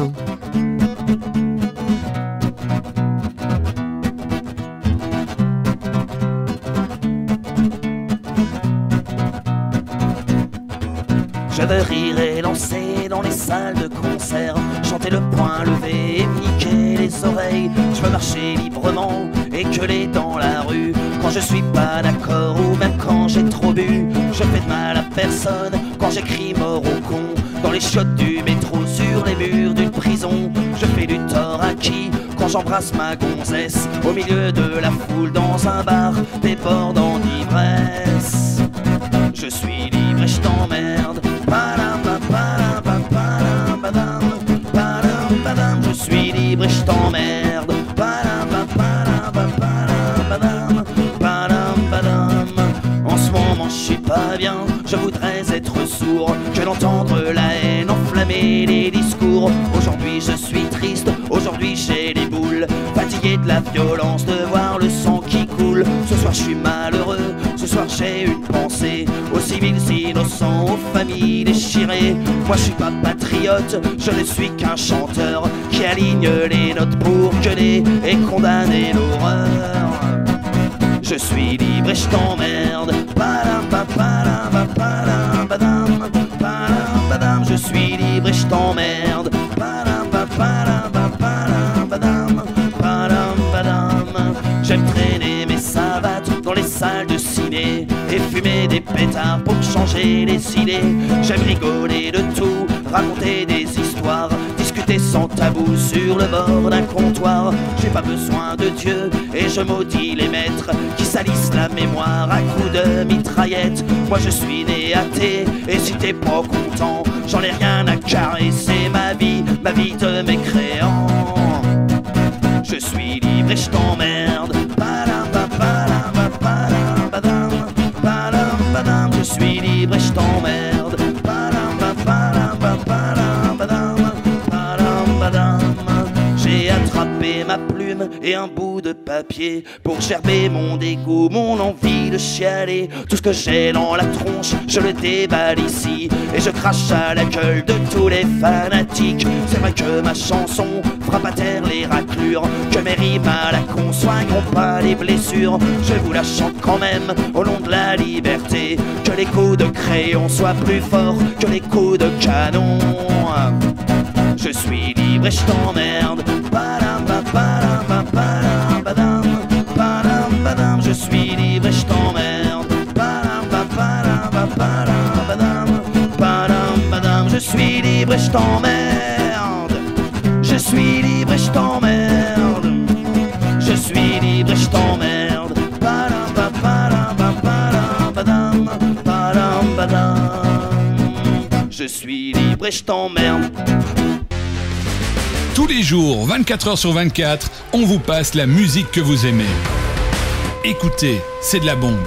Je veux rire et lancer dans les salles de concert, chanter le poing levé et niquer les oreilles. Je veux marcher librement et gueuler dans la rue quand je suis pas d'accord ou même quand j'ai trop bu. Je fais de mal à personne quand j'écris mort au con dans les chiottes du métro, sur les murs d'une prison. Je fais du tort à qui quand j'embrasse ma gonzesse au milieu de la foule dans un bar débordant d'ivresse. Je suis libre et je t'emmerde. Je suis libre et je t'emmerde. En ce moment je suis pas bien, je voudrais être sourd, que d'entendre la haine enflammer les discours. Aujourd'hui je suis triste, aujourd'hui j'ai les boules, fatigué de la violence, de voir le sang qui coule. Ce soir je suis malheureux, ce soir j'ai une pensée aux civils innocents, aux familles déchirées. Moi je suis pas patriote, je ne suis qu'un chanteur qui aligne les notes pour gueuler et condamner l'horreur. Je suis libre et je t'emmerde. Je suis libre et je t'emmerde. J'aime traîner mes savates dans les salles de ciné et fumer des pétards pour changer les idées. J'aime rigoler de tout, raconter des histoires, discuter sans tabou sur le bord d'un comptoir. J'ai pas besoin de Dieu et je maudis les maîtres qui salissent la mémoire à coups de mitraillette. Moi je suis né athée et si t'es pas content, j'en ai rien à carrer, c'est ma vie, ma vie de mécréant. Je suis libre et je t'emmerde. Je suis libre et je t'emmerde. J'ai attrapé ma plume et un bout de papier pour gerber mon dégoût, mon envie de chialer. Tout ce que j'ai dans la tronche, je le déballe ici et je crache à la gueule de tous les fanatiques. C'est vrai que ma chanson frappe à terre les raclures, que mes rimes à la con soigneront pas les blessures. Je vous la chante quand même au nom de la liberté, que les coups de crayon soient plus forts que les coups de canon. Je suis libre et je t'emmerde. Je suis libre et je t'emmerde. Je suis libre et je t'emmerde. Je suis libre et je t'emmerde. Je suis libre et je t'emmerde. Je suis libre et je t'emmerde.
Tous les jours, vingt-quatre heures sur vingt-quatre, on vous passe la musique que vous aimez. Écoutez, c'est de la bombe.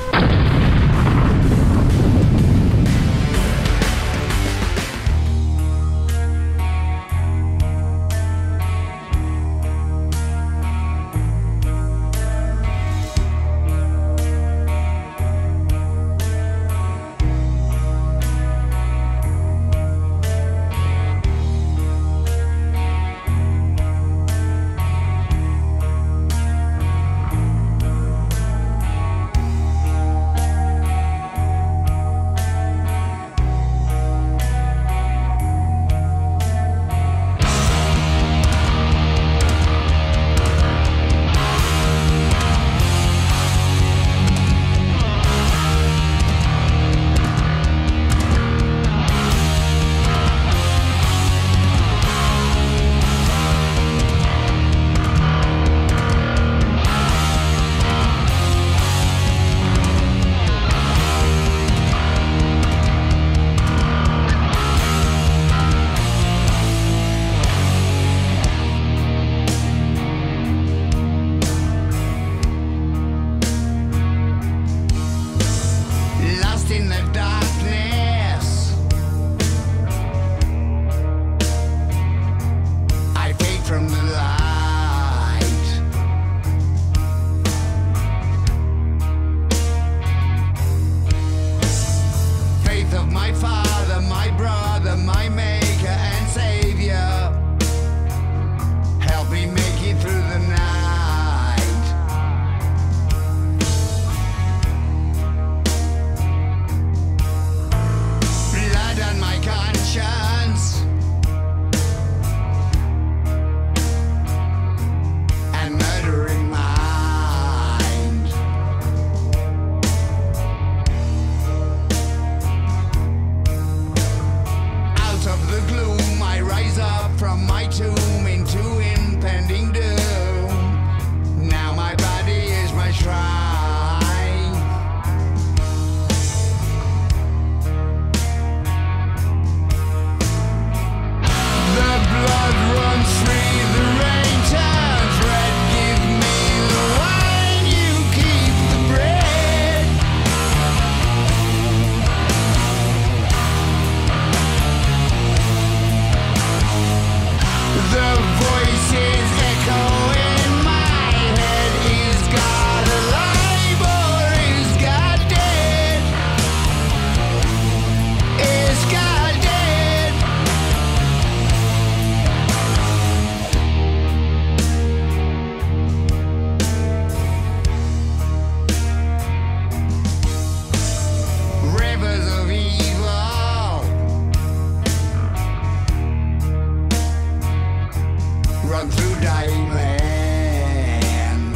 run through dying land.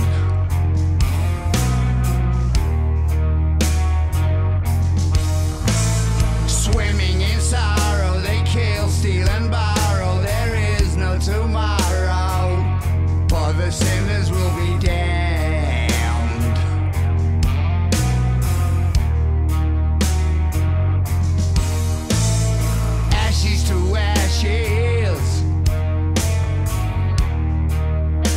Swimming in sorrow, they kill, steal and borrow. There is no tomorrow, for the sinners will be damned. Ashes to ashes,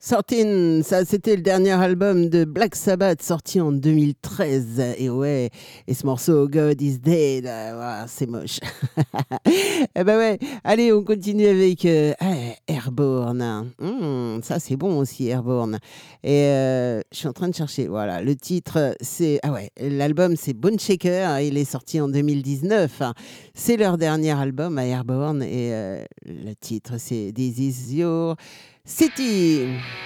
thirteen, ça c'était le dernier album de Black Sabbath sorti en deux mille treize. Et ouais, et ce morceau God is Dead, euh, voilà, c'est moche. Eh ben ouais, allez, on continue avec euh, ah, Airborne. Mmh, ça c'est bon aussi, Airborne. Et euh, je suis en train de chercher, voilà, le titre c'est, ah ouais, l'album c'est Bone Shaker, il est sorti en deux mille dix-neuf. C'est leur dernier album à Airborne et euh, le titre c'est This Is Your City.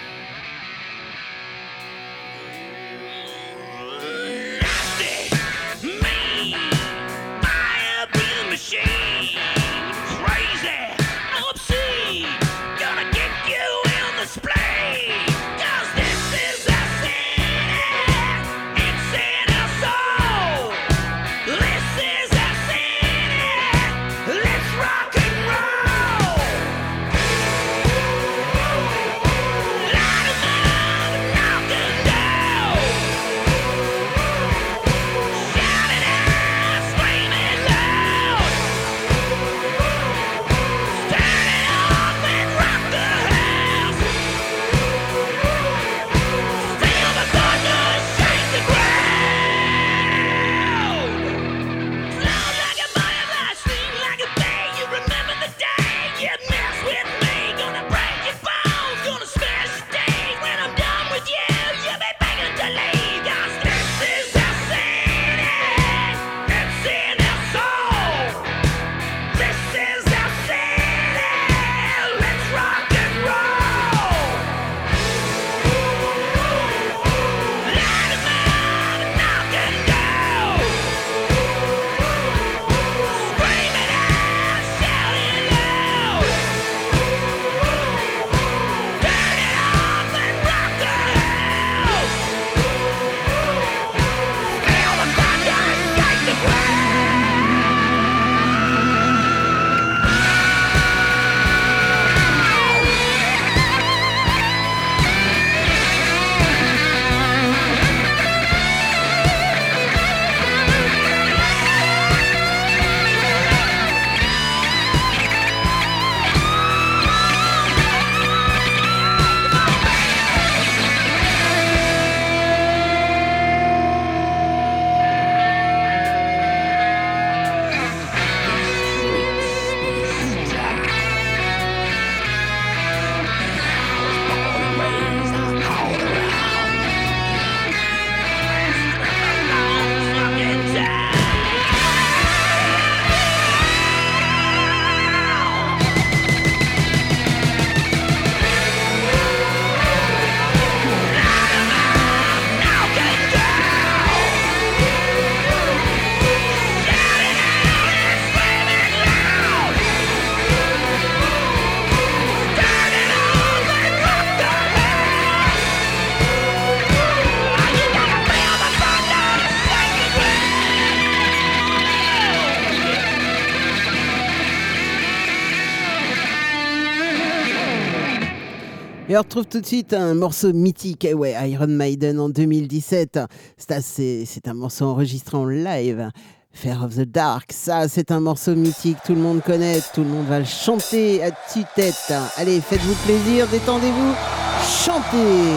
Et on retrouve tout de suite un morceau mythique, eh ouais, Iron Maiden en deux mille dix-sept. Ça, c'est, c'est un morceau enregistré en live. Fear of the Dark, ça c'est un morceau mythique, tout le monde connaît, tout le monde va le chanter à tue-tête. Allez, faites-vous plaisir, détendez-vous, chantez!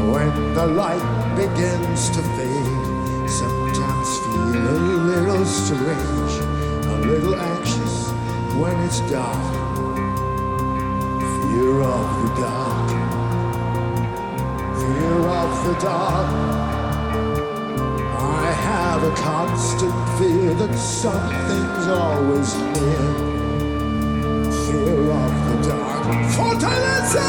when the light begins to fade. Sometimes feel a little strange, a little anxious when it's dark. Fear of the dark, fear of the dark. I have a constant fear that something's always near. Fear of the dark. Fortaleza!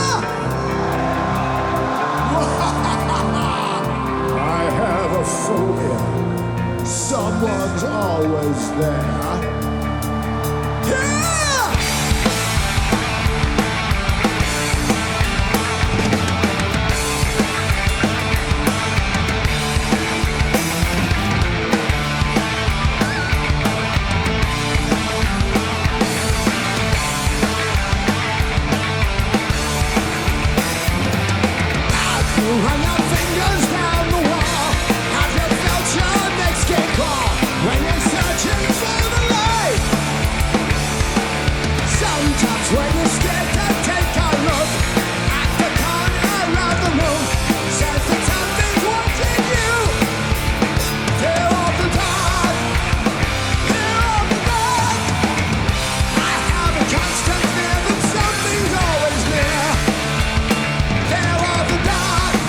I have a phobia. Someone's always there. Yeah! Run your fingers down the wall. Have you felt your next get call when you're searching for the light? Sometimes when you're scared to take a look at the corner of the room, says that something's watching you. Fear of the dark, fear of the dark. I have a constant fear that something's always near. Fear of the dark.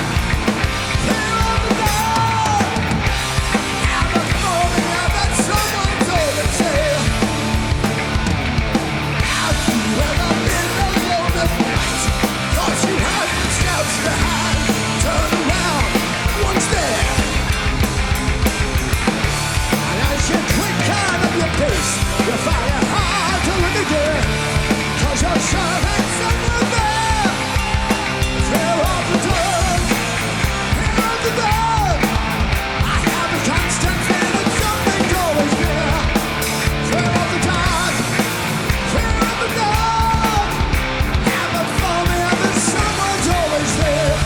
You fire hard to look again, 'cause you're sure that someone there. Fear of the dark, fear of the dark. I have a constant fear that something's always near. Fear of the dark, fear of the dark. Have a phobia that someone's always there.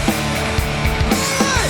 Hey!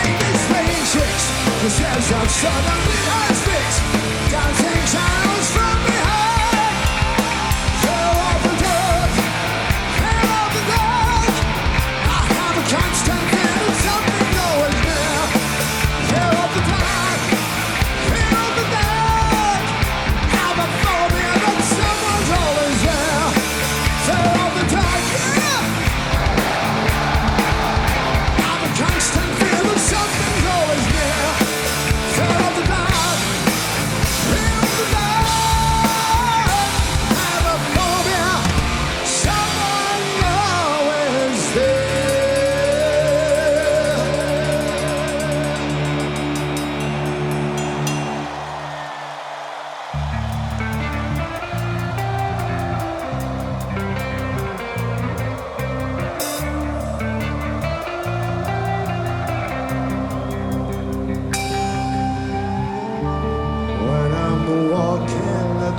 Suddenly I fix dancing shadows from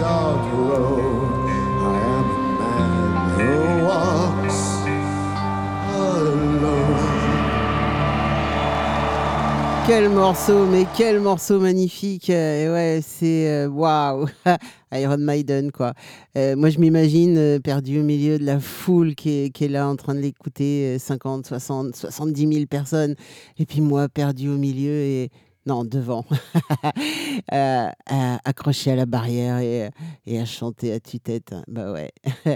dog road. I am a man who walks alone.
Quel morceau, mais quel morceau magnifique. Euh, et ouais, c'est waouh. Wow. Iron Maiden, quoi. Euh, moi, je m'imagine euh, perdu au milieu de la foule qui est, qui est là en train de l'écouter, euh, cinquante, soixante, soixante-dix mille personnes. Et puis moi, perdu au milieu et. Non, devant. euh, à, accroché à la barrière et, et à chanter à tue-tête. Bah ouais.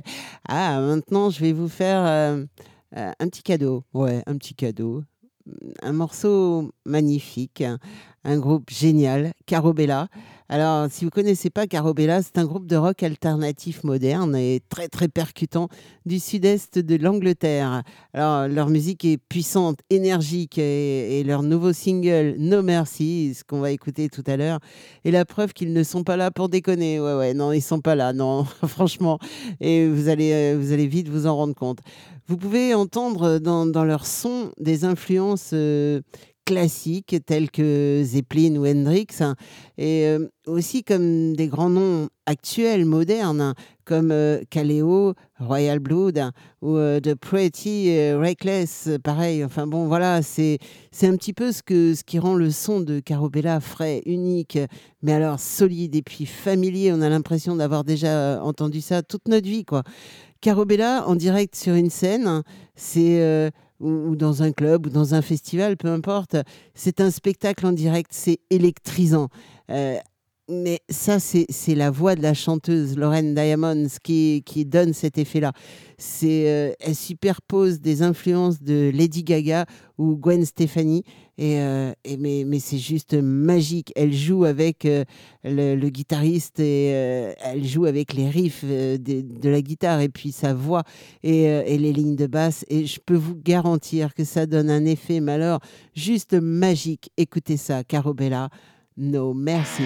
Ah, maintenant, je vais vous faire euh, euh, un petit cadeau. Ouais, un petit cadeau. Un morceau magnifique, un groupe génial, Caro Bella. Alors, si vous ne connaissez pas Caro Bella, c'est un groupe de rock alternatif moderne et très très percutant du sud-est de l'Angleterre. Alors, leur musique est puissante, énergique et, et leur nouveau single No Mercy, ce qu'on va écouter tout à l'heure, est la preuve qu'ils ne sont pas là pour déconner. Ouais, ouais, non, ils sont pas là, non, franchement. Et vous allez, vous allez vite vous en rendre compte. Vous pouvez entendre dans, dans leur son des influences euh, classiques telles que Zeppelin ou Hendrix, hein, et euh, aussi comme des grands noms actuels, modernes, hein, comme euh, Kaleo, Royal Blood, hein, ou euh, The Pretty euh, Reckless, pareil. Enfin bon, voilà, c'est, c'est un petit peu ce, que, ce qui rend le son de Caro Bella frais, unique, mais alors solide et puis familier. On a l'impression d'avoir déjà entendu ça toute notre vie, quoi. Caro Bella en direct sur une scène, c'est euh, ou, ou dans un club ou dans un festival, peu importe. C'est un spectacle en direct, c'est électrisant. Euh, mais ça, c'est, c'est la voix de la chanteuse Lauren Diamonds qui, qui donne cet effet-là. C'est, euh, elle superpose des influences de Lady Gaga ou Gwen Stefani, et, euh, et mais, mais c'est juste magique. Elle joue avec euh, le, le guitariste et euh, elle joue avec les riffs euh, de, de la guitare et puis sa voix et, euh, et les lignes de basse. Et je peux vous garantir que ça donne un effet, mais alors juste magique. Écoutez ça, Caro Bella, No Mercy.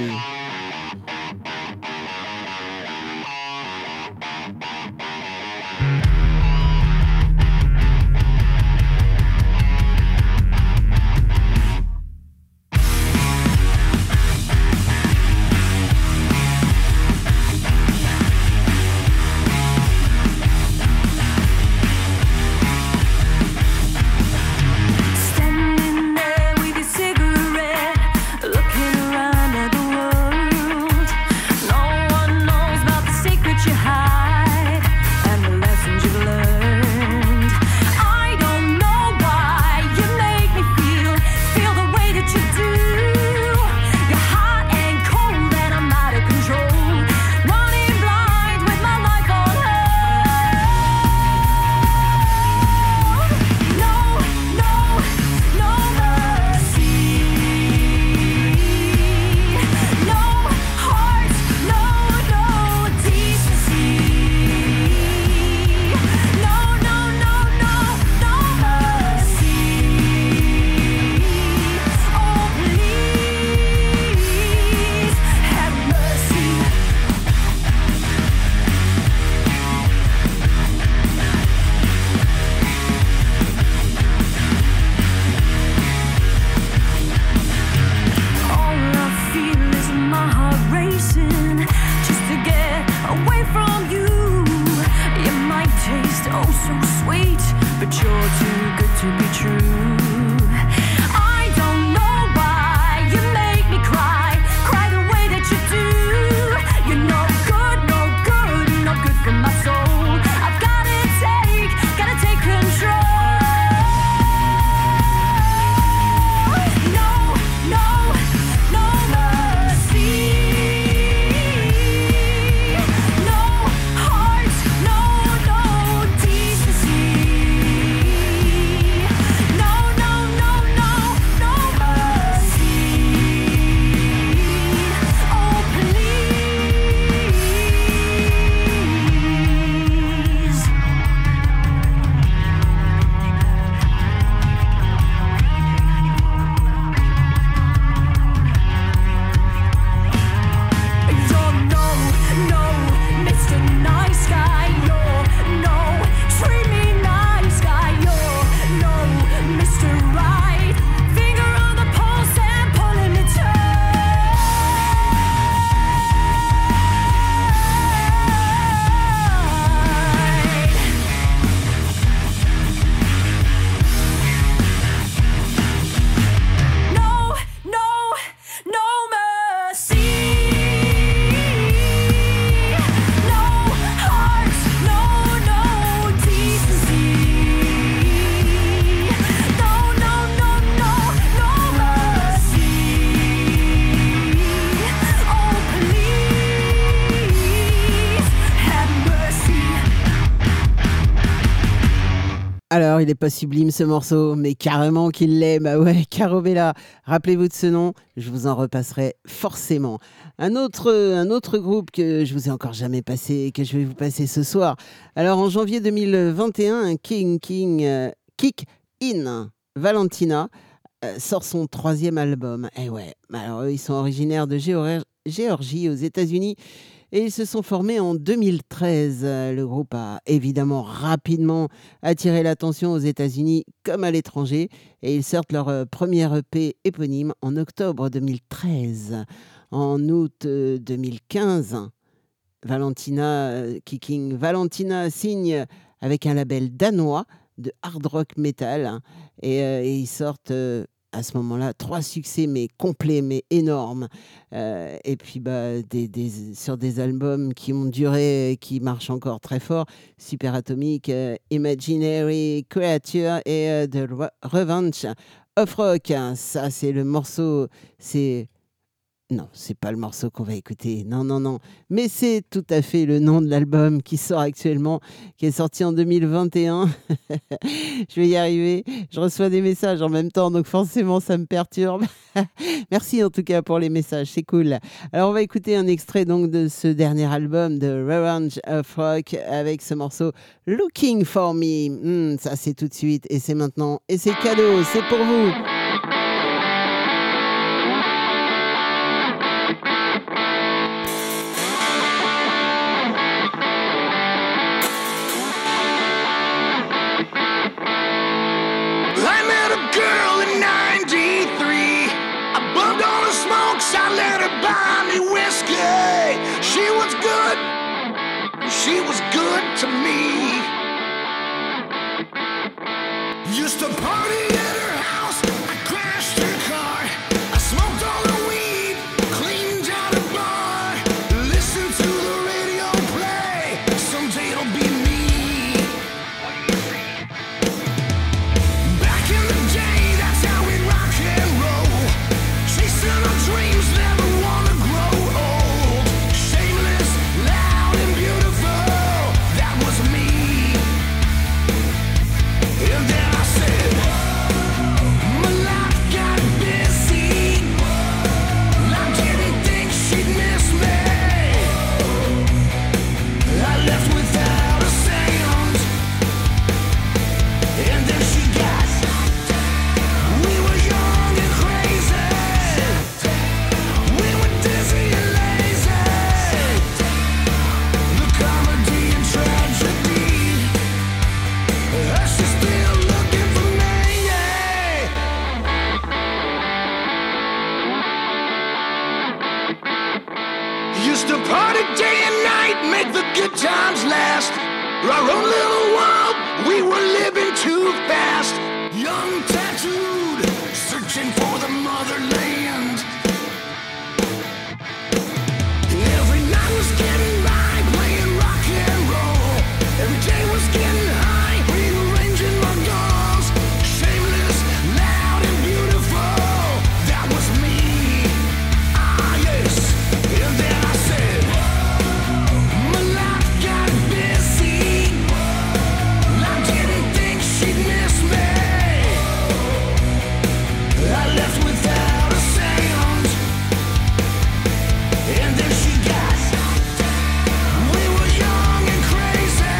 Standing there with your cigarette, looking around at the world.
Alors, il est pas sublime ce morceau, mais carrément qu'il l'est. Bah ouais, Caro Bella. Rappelez-vous de ce nom, je vous en repasserai forcément. Un autre, un autre groupe que je vous ai encore jamais passé et que je vais vous passer ce soir. Alors, en janvier deux mille vingt et un, King King euh, Kick In Valentina euh, sort son troisième album. Et ouais, alors eux, ils sont originaires de Géor- Géorgie aux États-Unis. Et ils se sont formés en deux mille treize. Le groupe a évidemment rapidement attiré l'attention aux États-Unis comme à l'étranger. Et ils sortent leur euh, premier E P éponyme en octobre deux mille treize. En août euh, deux mille quinze, Valentina, euh, Kicking Valentina signe avec un label danois de hard rock metal. Et, euh, et ils sortent... Euh, à ce moment-là, trois succès, mais complets, mais énormes. Euh, et puis, bah, des, des, sur des albums qui ont duré, qui marchent encore très fort. Super Atomic, euh, Imaginary Creature et euh, The Revenge of Rock. Ça, c'est le morceau... C'est... Non, c'est pas le morceau qu'on va écouter. Non, non, non. Mais c'est tout à fait le nom de l'album qui sort actuellement, qui est sorti en deux mille vingt et un. Je vais y arriver. Je reçois des messages en même temps, donc forcément, ça me perturbe. Merci en tout cas pour les messages, c'est cool. Alors, on va écouter un extrait donc de ce dernier album de Revenge of Rock avec ce morceau Looking for Me. Mmh, ça, c'est tout de suite et c'est maintenant. Et c'est cadeau, c'est pour vous.
I let her buy me whiskey. She was good, she was good to me. Used to party at her house, I crashed her car. I smoked all the weed, cleaned out her bar. Listen to the radio play, someday it'll be me. Back in the day, that's how we rock and roll. Chasing our dreams. Times last, our own little world, we were living too fast. Young, tattooed, searching for the motherland. Every night was getting by, playing rock and roll. Every day was getting high, rearranging my goals. Shameless, loud and beautiful, that was me. Ah yes, and then I said, my life got busy. I didn't think she'd miss me. I left without a sound, and then she got. We were young and crazy.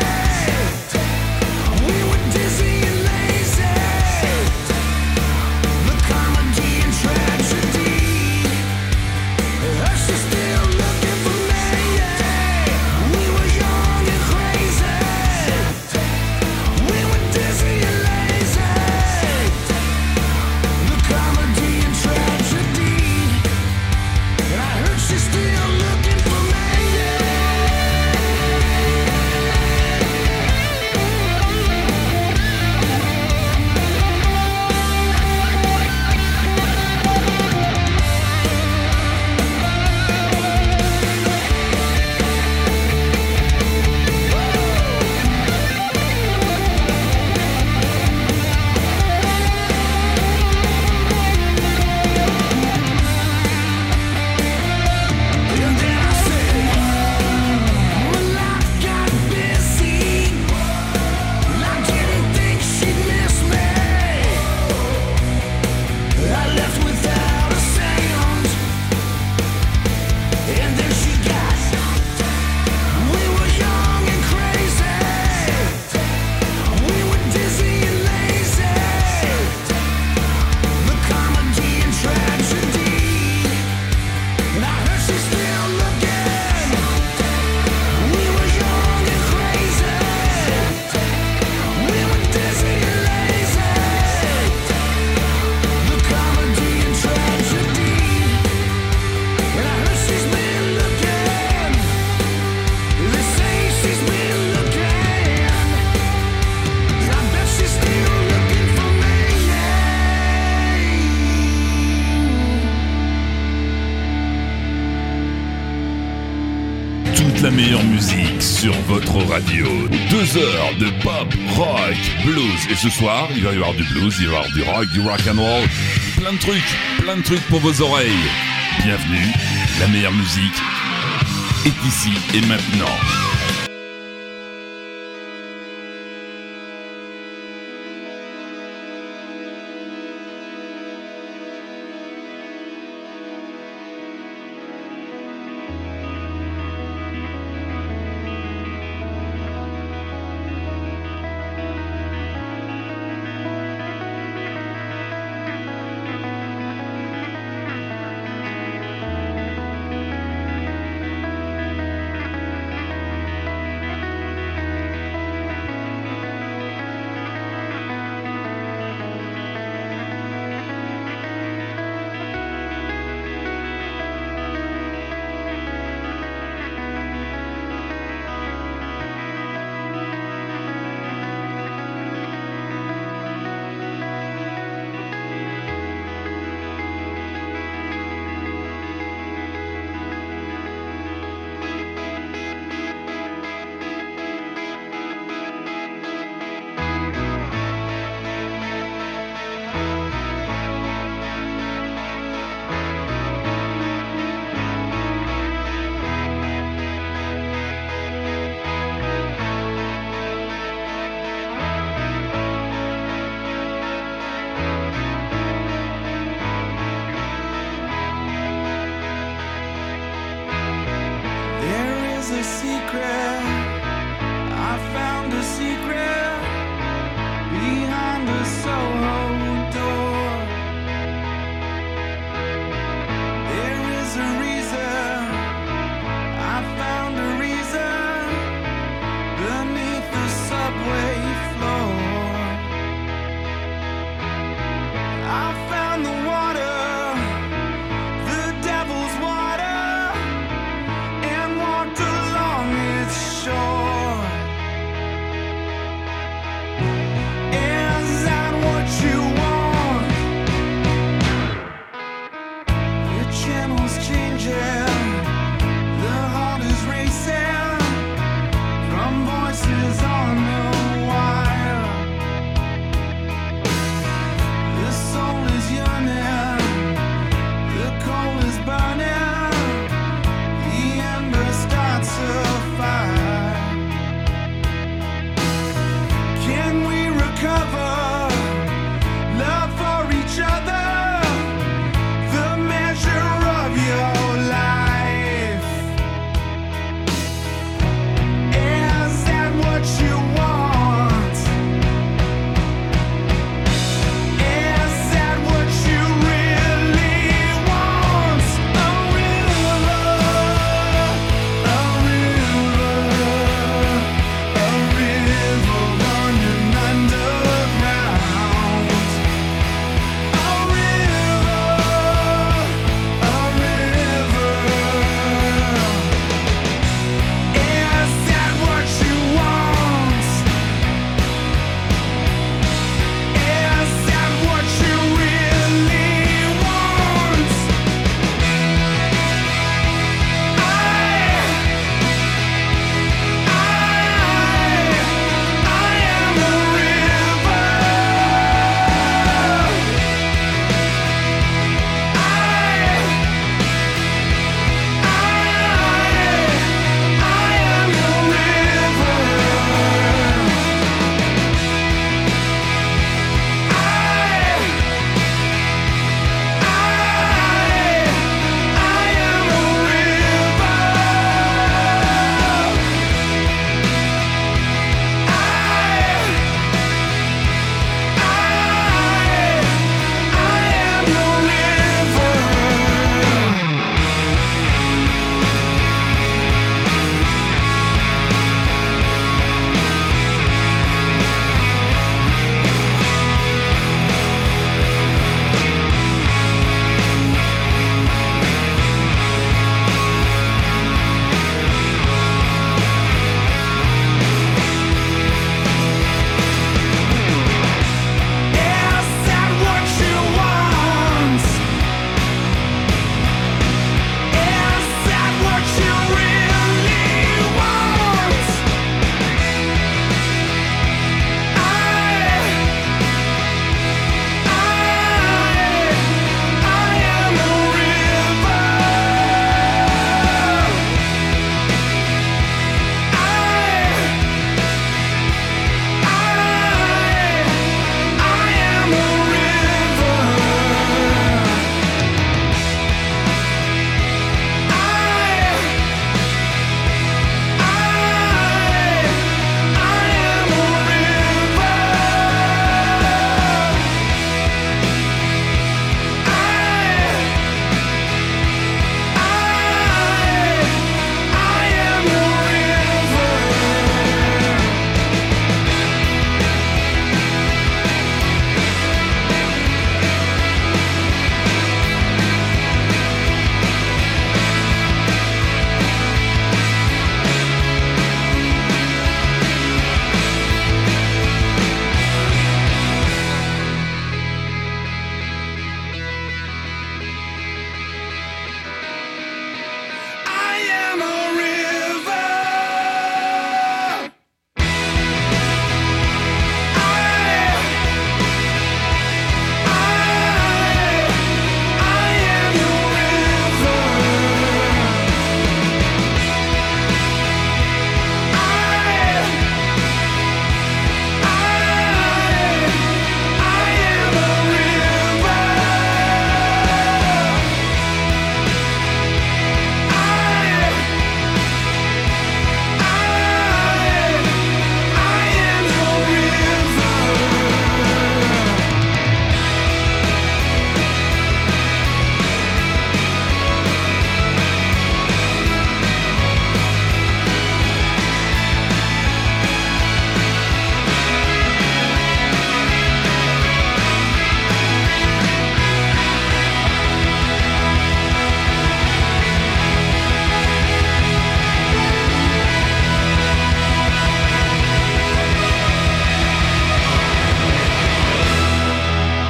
We were dizzy and lazy. The comedy and tragedy. She's still looking for me. We were young and crazy. We were dizzy and lazy. The comedy and tragedy. And I heard she's still looking for me.
Toute la meilleure musique sur votre radio. Deux heures de pop, rock, blues. Et ce soir, il va y avoir du blues, il va y avoir du rock, du rock and roll. Plein de trucs, plein de trucs pour vos oreilles. Bienvenue, la meilleure musique est ici et maintenant.
Is that what you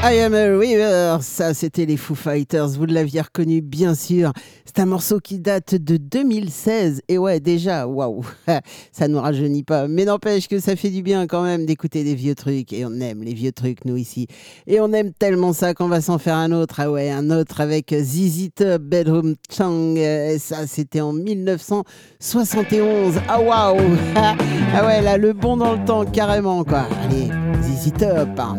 I Am a River, ça c'était les Foo Fighters, vous l'aviez reconnu bien sûr. C'est un morceau qui date de deux mille seize et ouais déjà, waouh, ça nous rajeunit pas. Mais n'empêche que ça fait du bien quand même d'écouter des vieux trucs et on aime les vieux trucs nous ici. Et on aime tellement ça qu'on va s'en faire un autre, ah ouais, un autre avec Z Z Top, Bedroom Chang, et ça c'était en mille neuf cent soixante et onze. Ah waouh, ah ouais là le bon dans le temps carrément quoi. Allez, Z Z Top. Hein.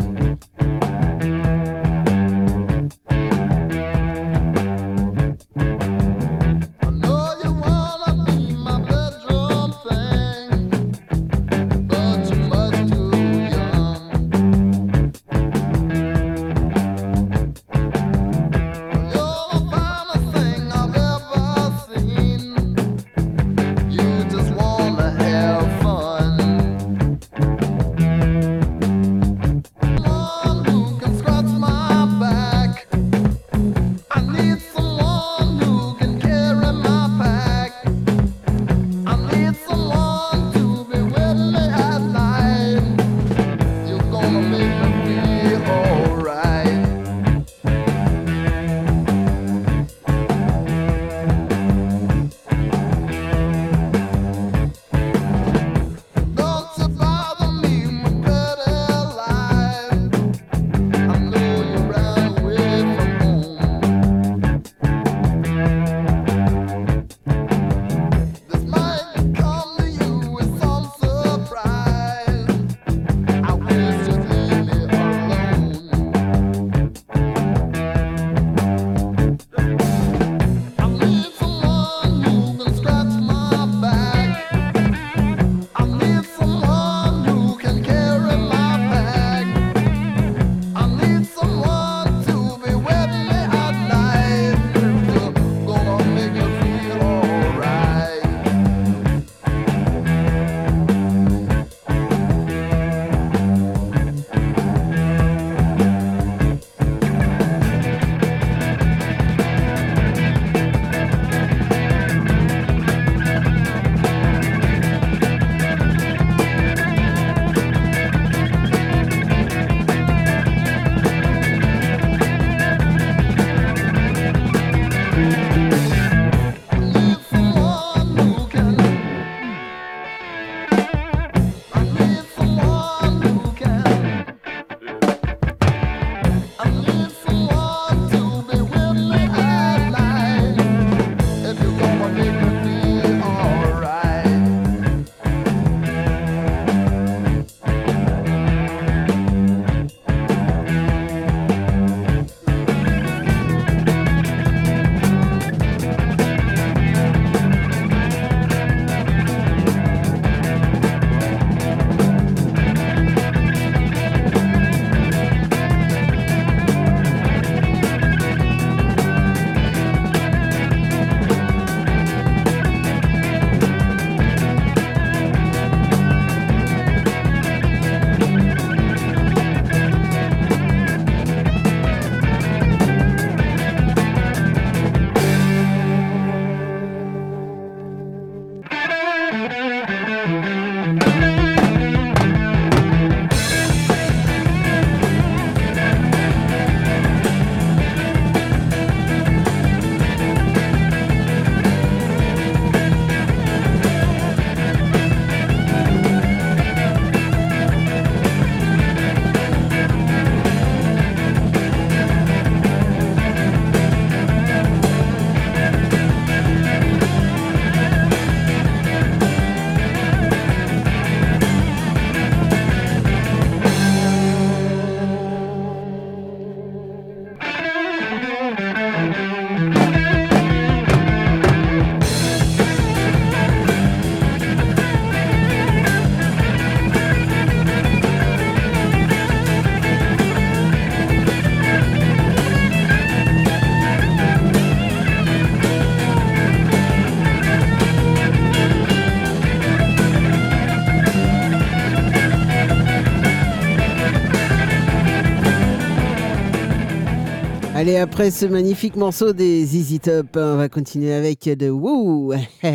Allez, après ce magnifique morceau des Z Z Top, on va continuer avec The Woo.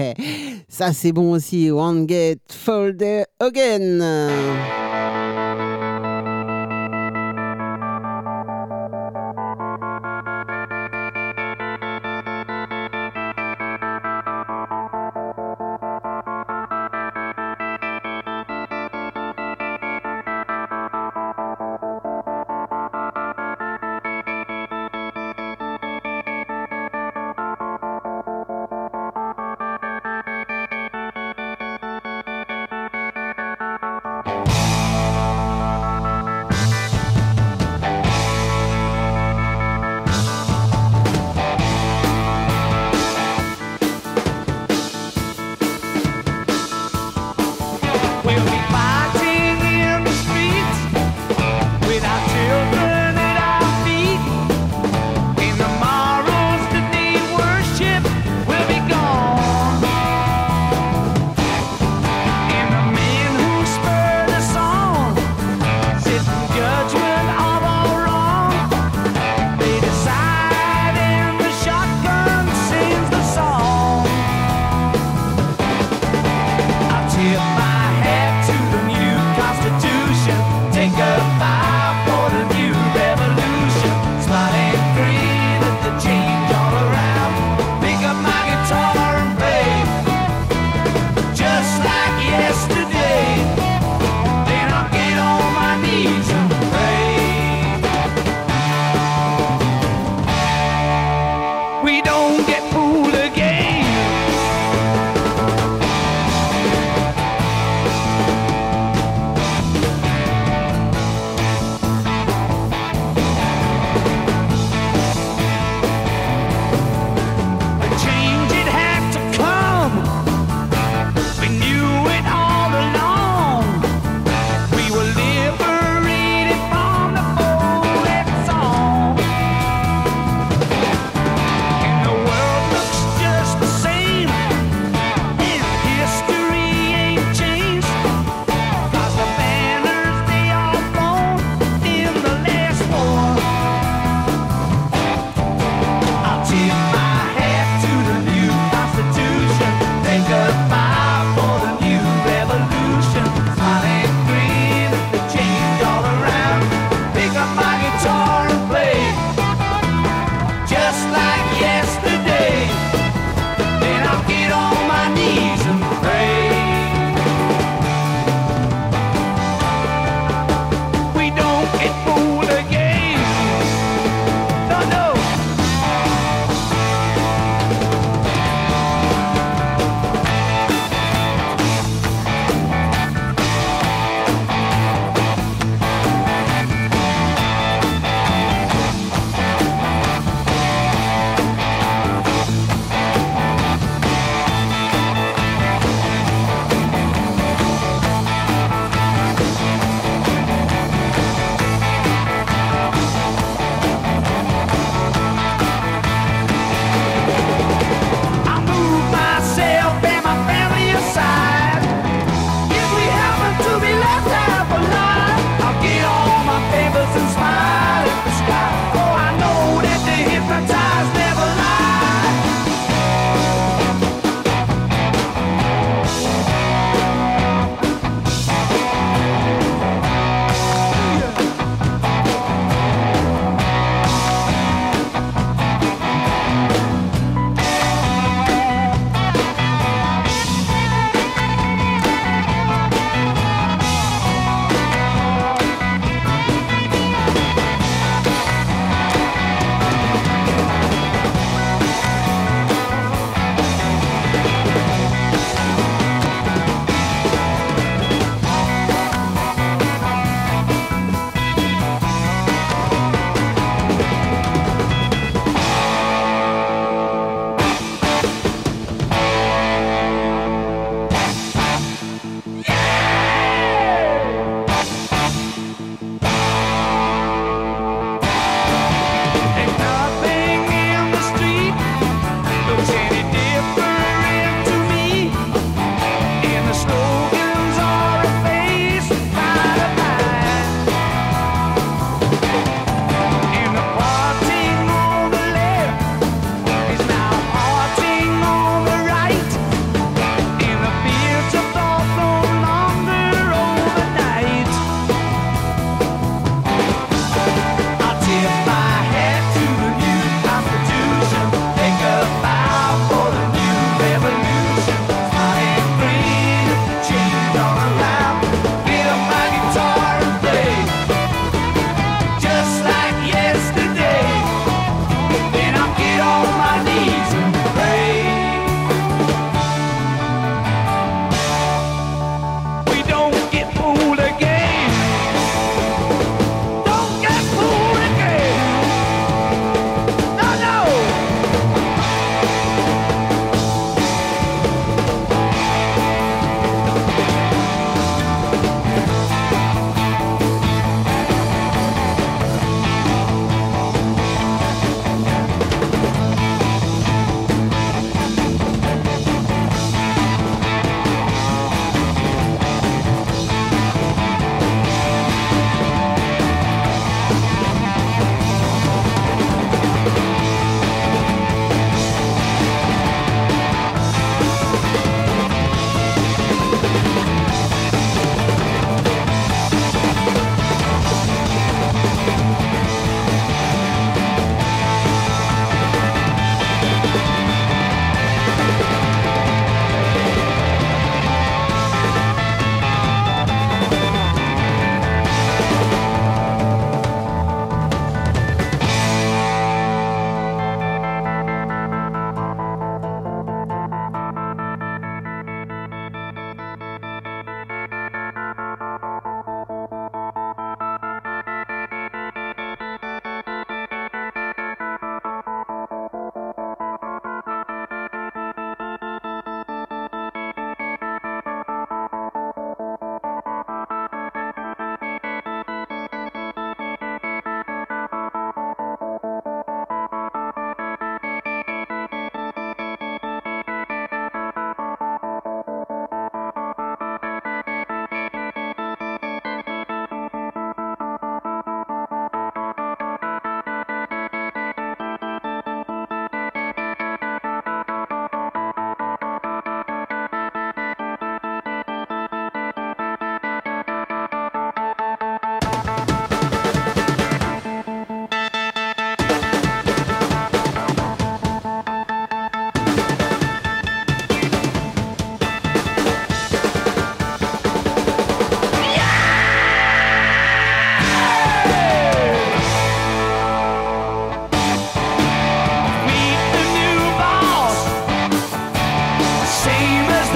Ça, c'est bon aussi. Won't Get Folded Again.
We'll be fighting in the streets with our children at our feet. And tomorrow's the day worship will be gone. And the men who spurred us on sit in judgment of all wrong. They decide and the shotgun sings the song. I tip my hat to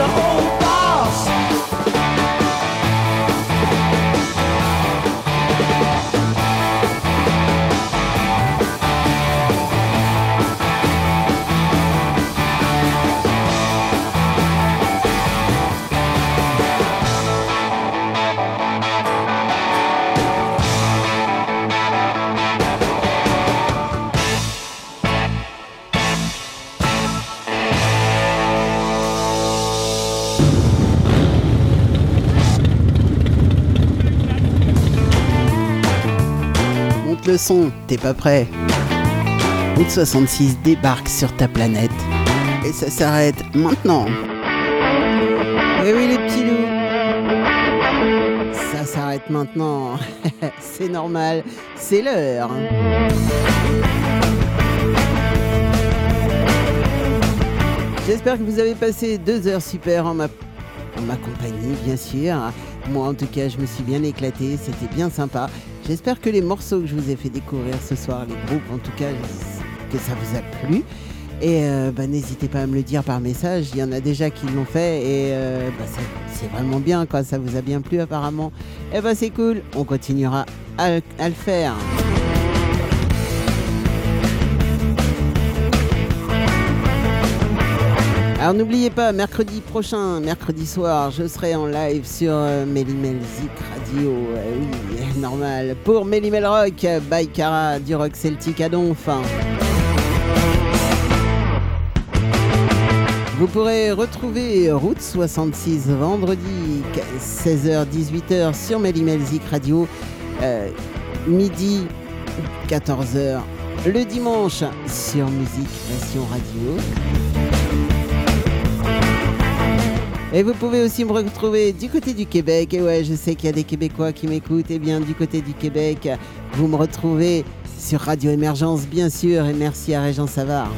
whole boss.
Le son, t'es pas prêt. Route soixante-six débarque sur ta planète. Et ça s'arrête maintenant. Eh oui les petits loups. Ça s'arrête maintenant. C'est normal, c'est l'heure. J'espère que vous avez passé deux heures super en ma, en ma compagnie, bien sûr. Moi en tout cas, je me suis bien éclaté, c'était bien sympa. J'espère que les morceaux que je vous ai fait découvrir ce soir, les groupes en tout cas, que ça vous a plu. Et euh, bah, n'hésitez pas à me le dire par message, il y en a déjà qui l'ont fait et euh, bah, c'est, c'est vraiment bien, quoi. Ça vous a bien plu apparemment. Et bah c'est cool, on continuera à, à le faire. Alors n'oubliez pas, mercredi prochain, mercredi soir, je serai en live sur euh, Mélimel Zik Radio, euh, oui, normal, pour Mélimel Rock, by Cara, du rock celtique à Donf. Vous pourrez retrouver Route soixante-six vendredi seize heures dix-huit heures sur Mélimel Zik Radio, euh, midi quatorze heures le dimanche sur Musique Version Radio. Et vous pouvez aussi me retrouver du côté du Québec. Et ouais, je sais qu'il y a des Québécois qui m'écoutent. Et bien, du côté du Québec, vous me retrouvez sur Radio Émergence, bien sûr. Et merci à Régent Savard.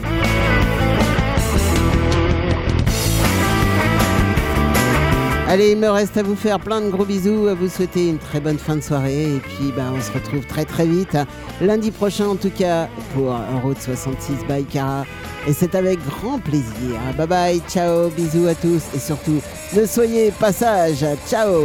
Allez, il me reste à vous faire plein de gros bisous, à vous souhaiter une très bonne fin de soirée. Et puis, ben, on se retrouve très très vite, lundi prochain en tout cas, pour Route soixante-six by Cara. Et c'est avec grand plaisir. Bye bye, ciao, bisous à tous. Et surtout, ne soyez pas sages. Ciao.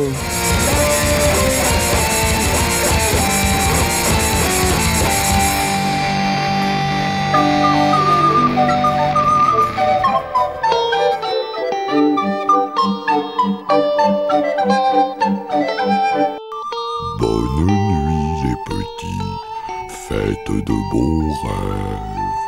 Bonne nuit les petits, faites de bons rêves.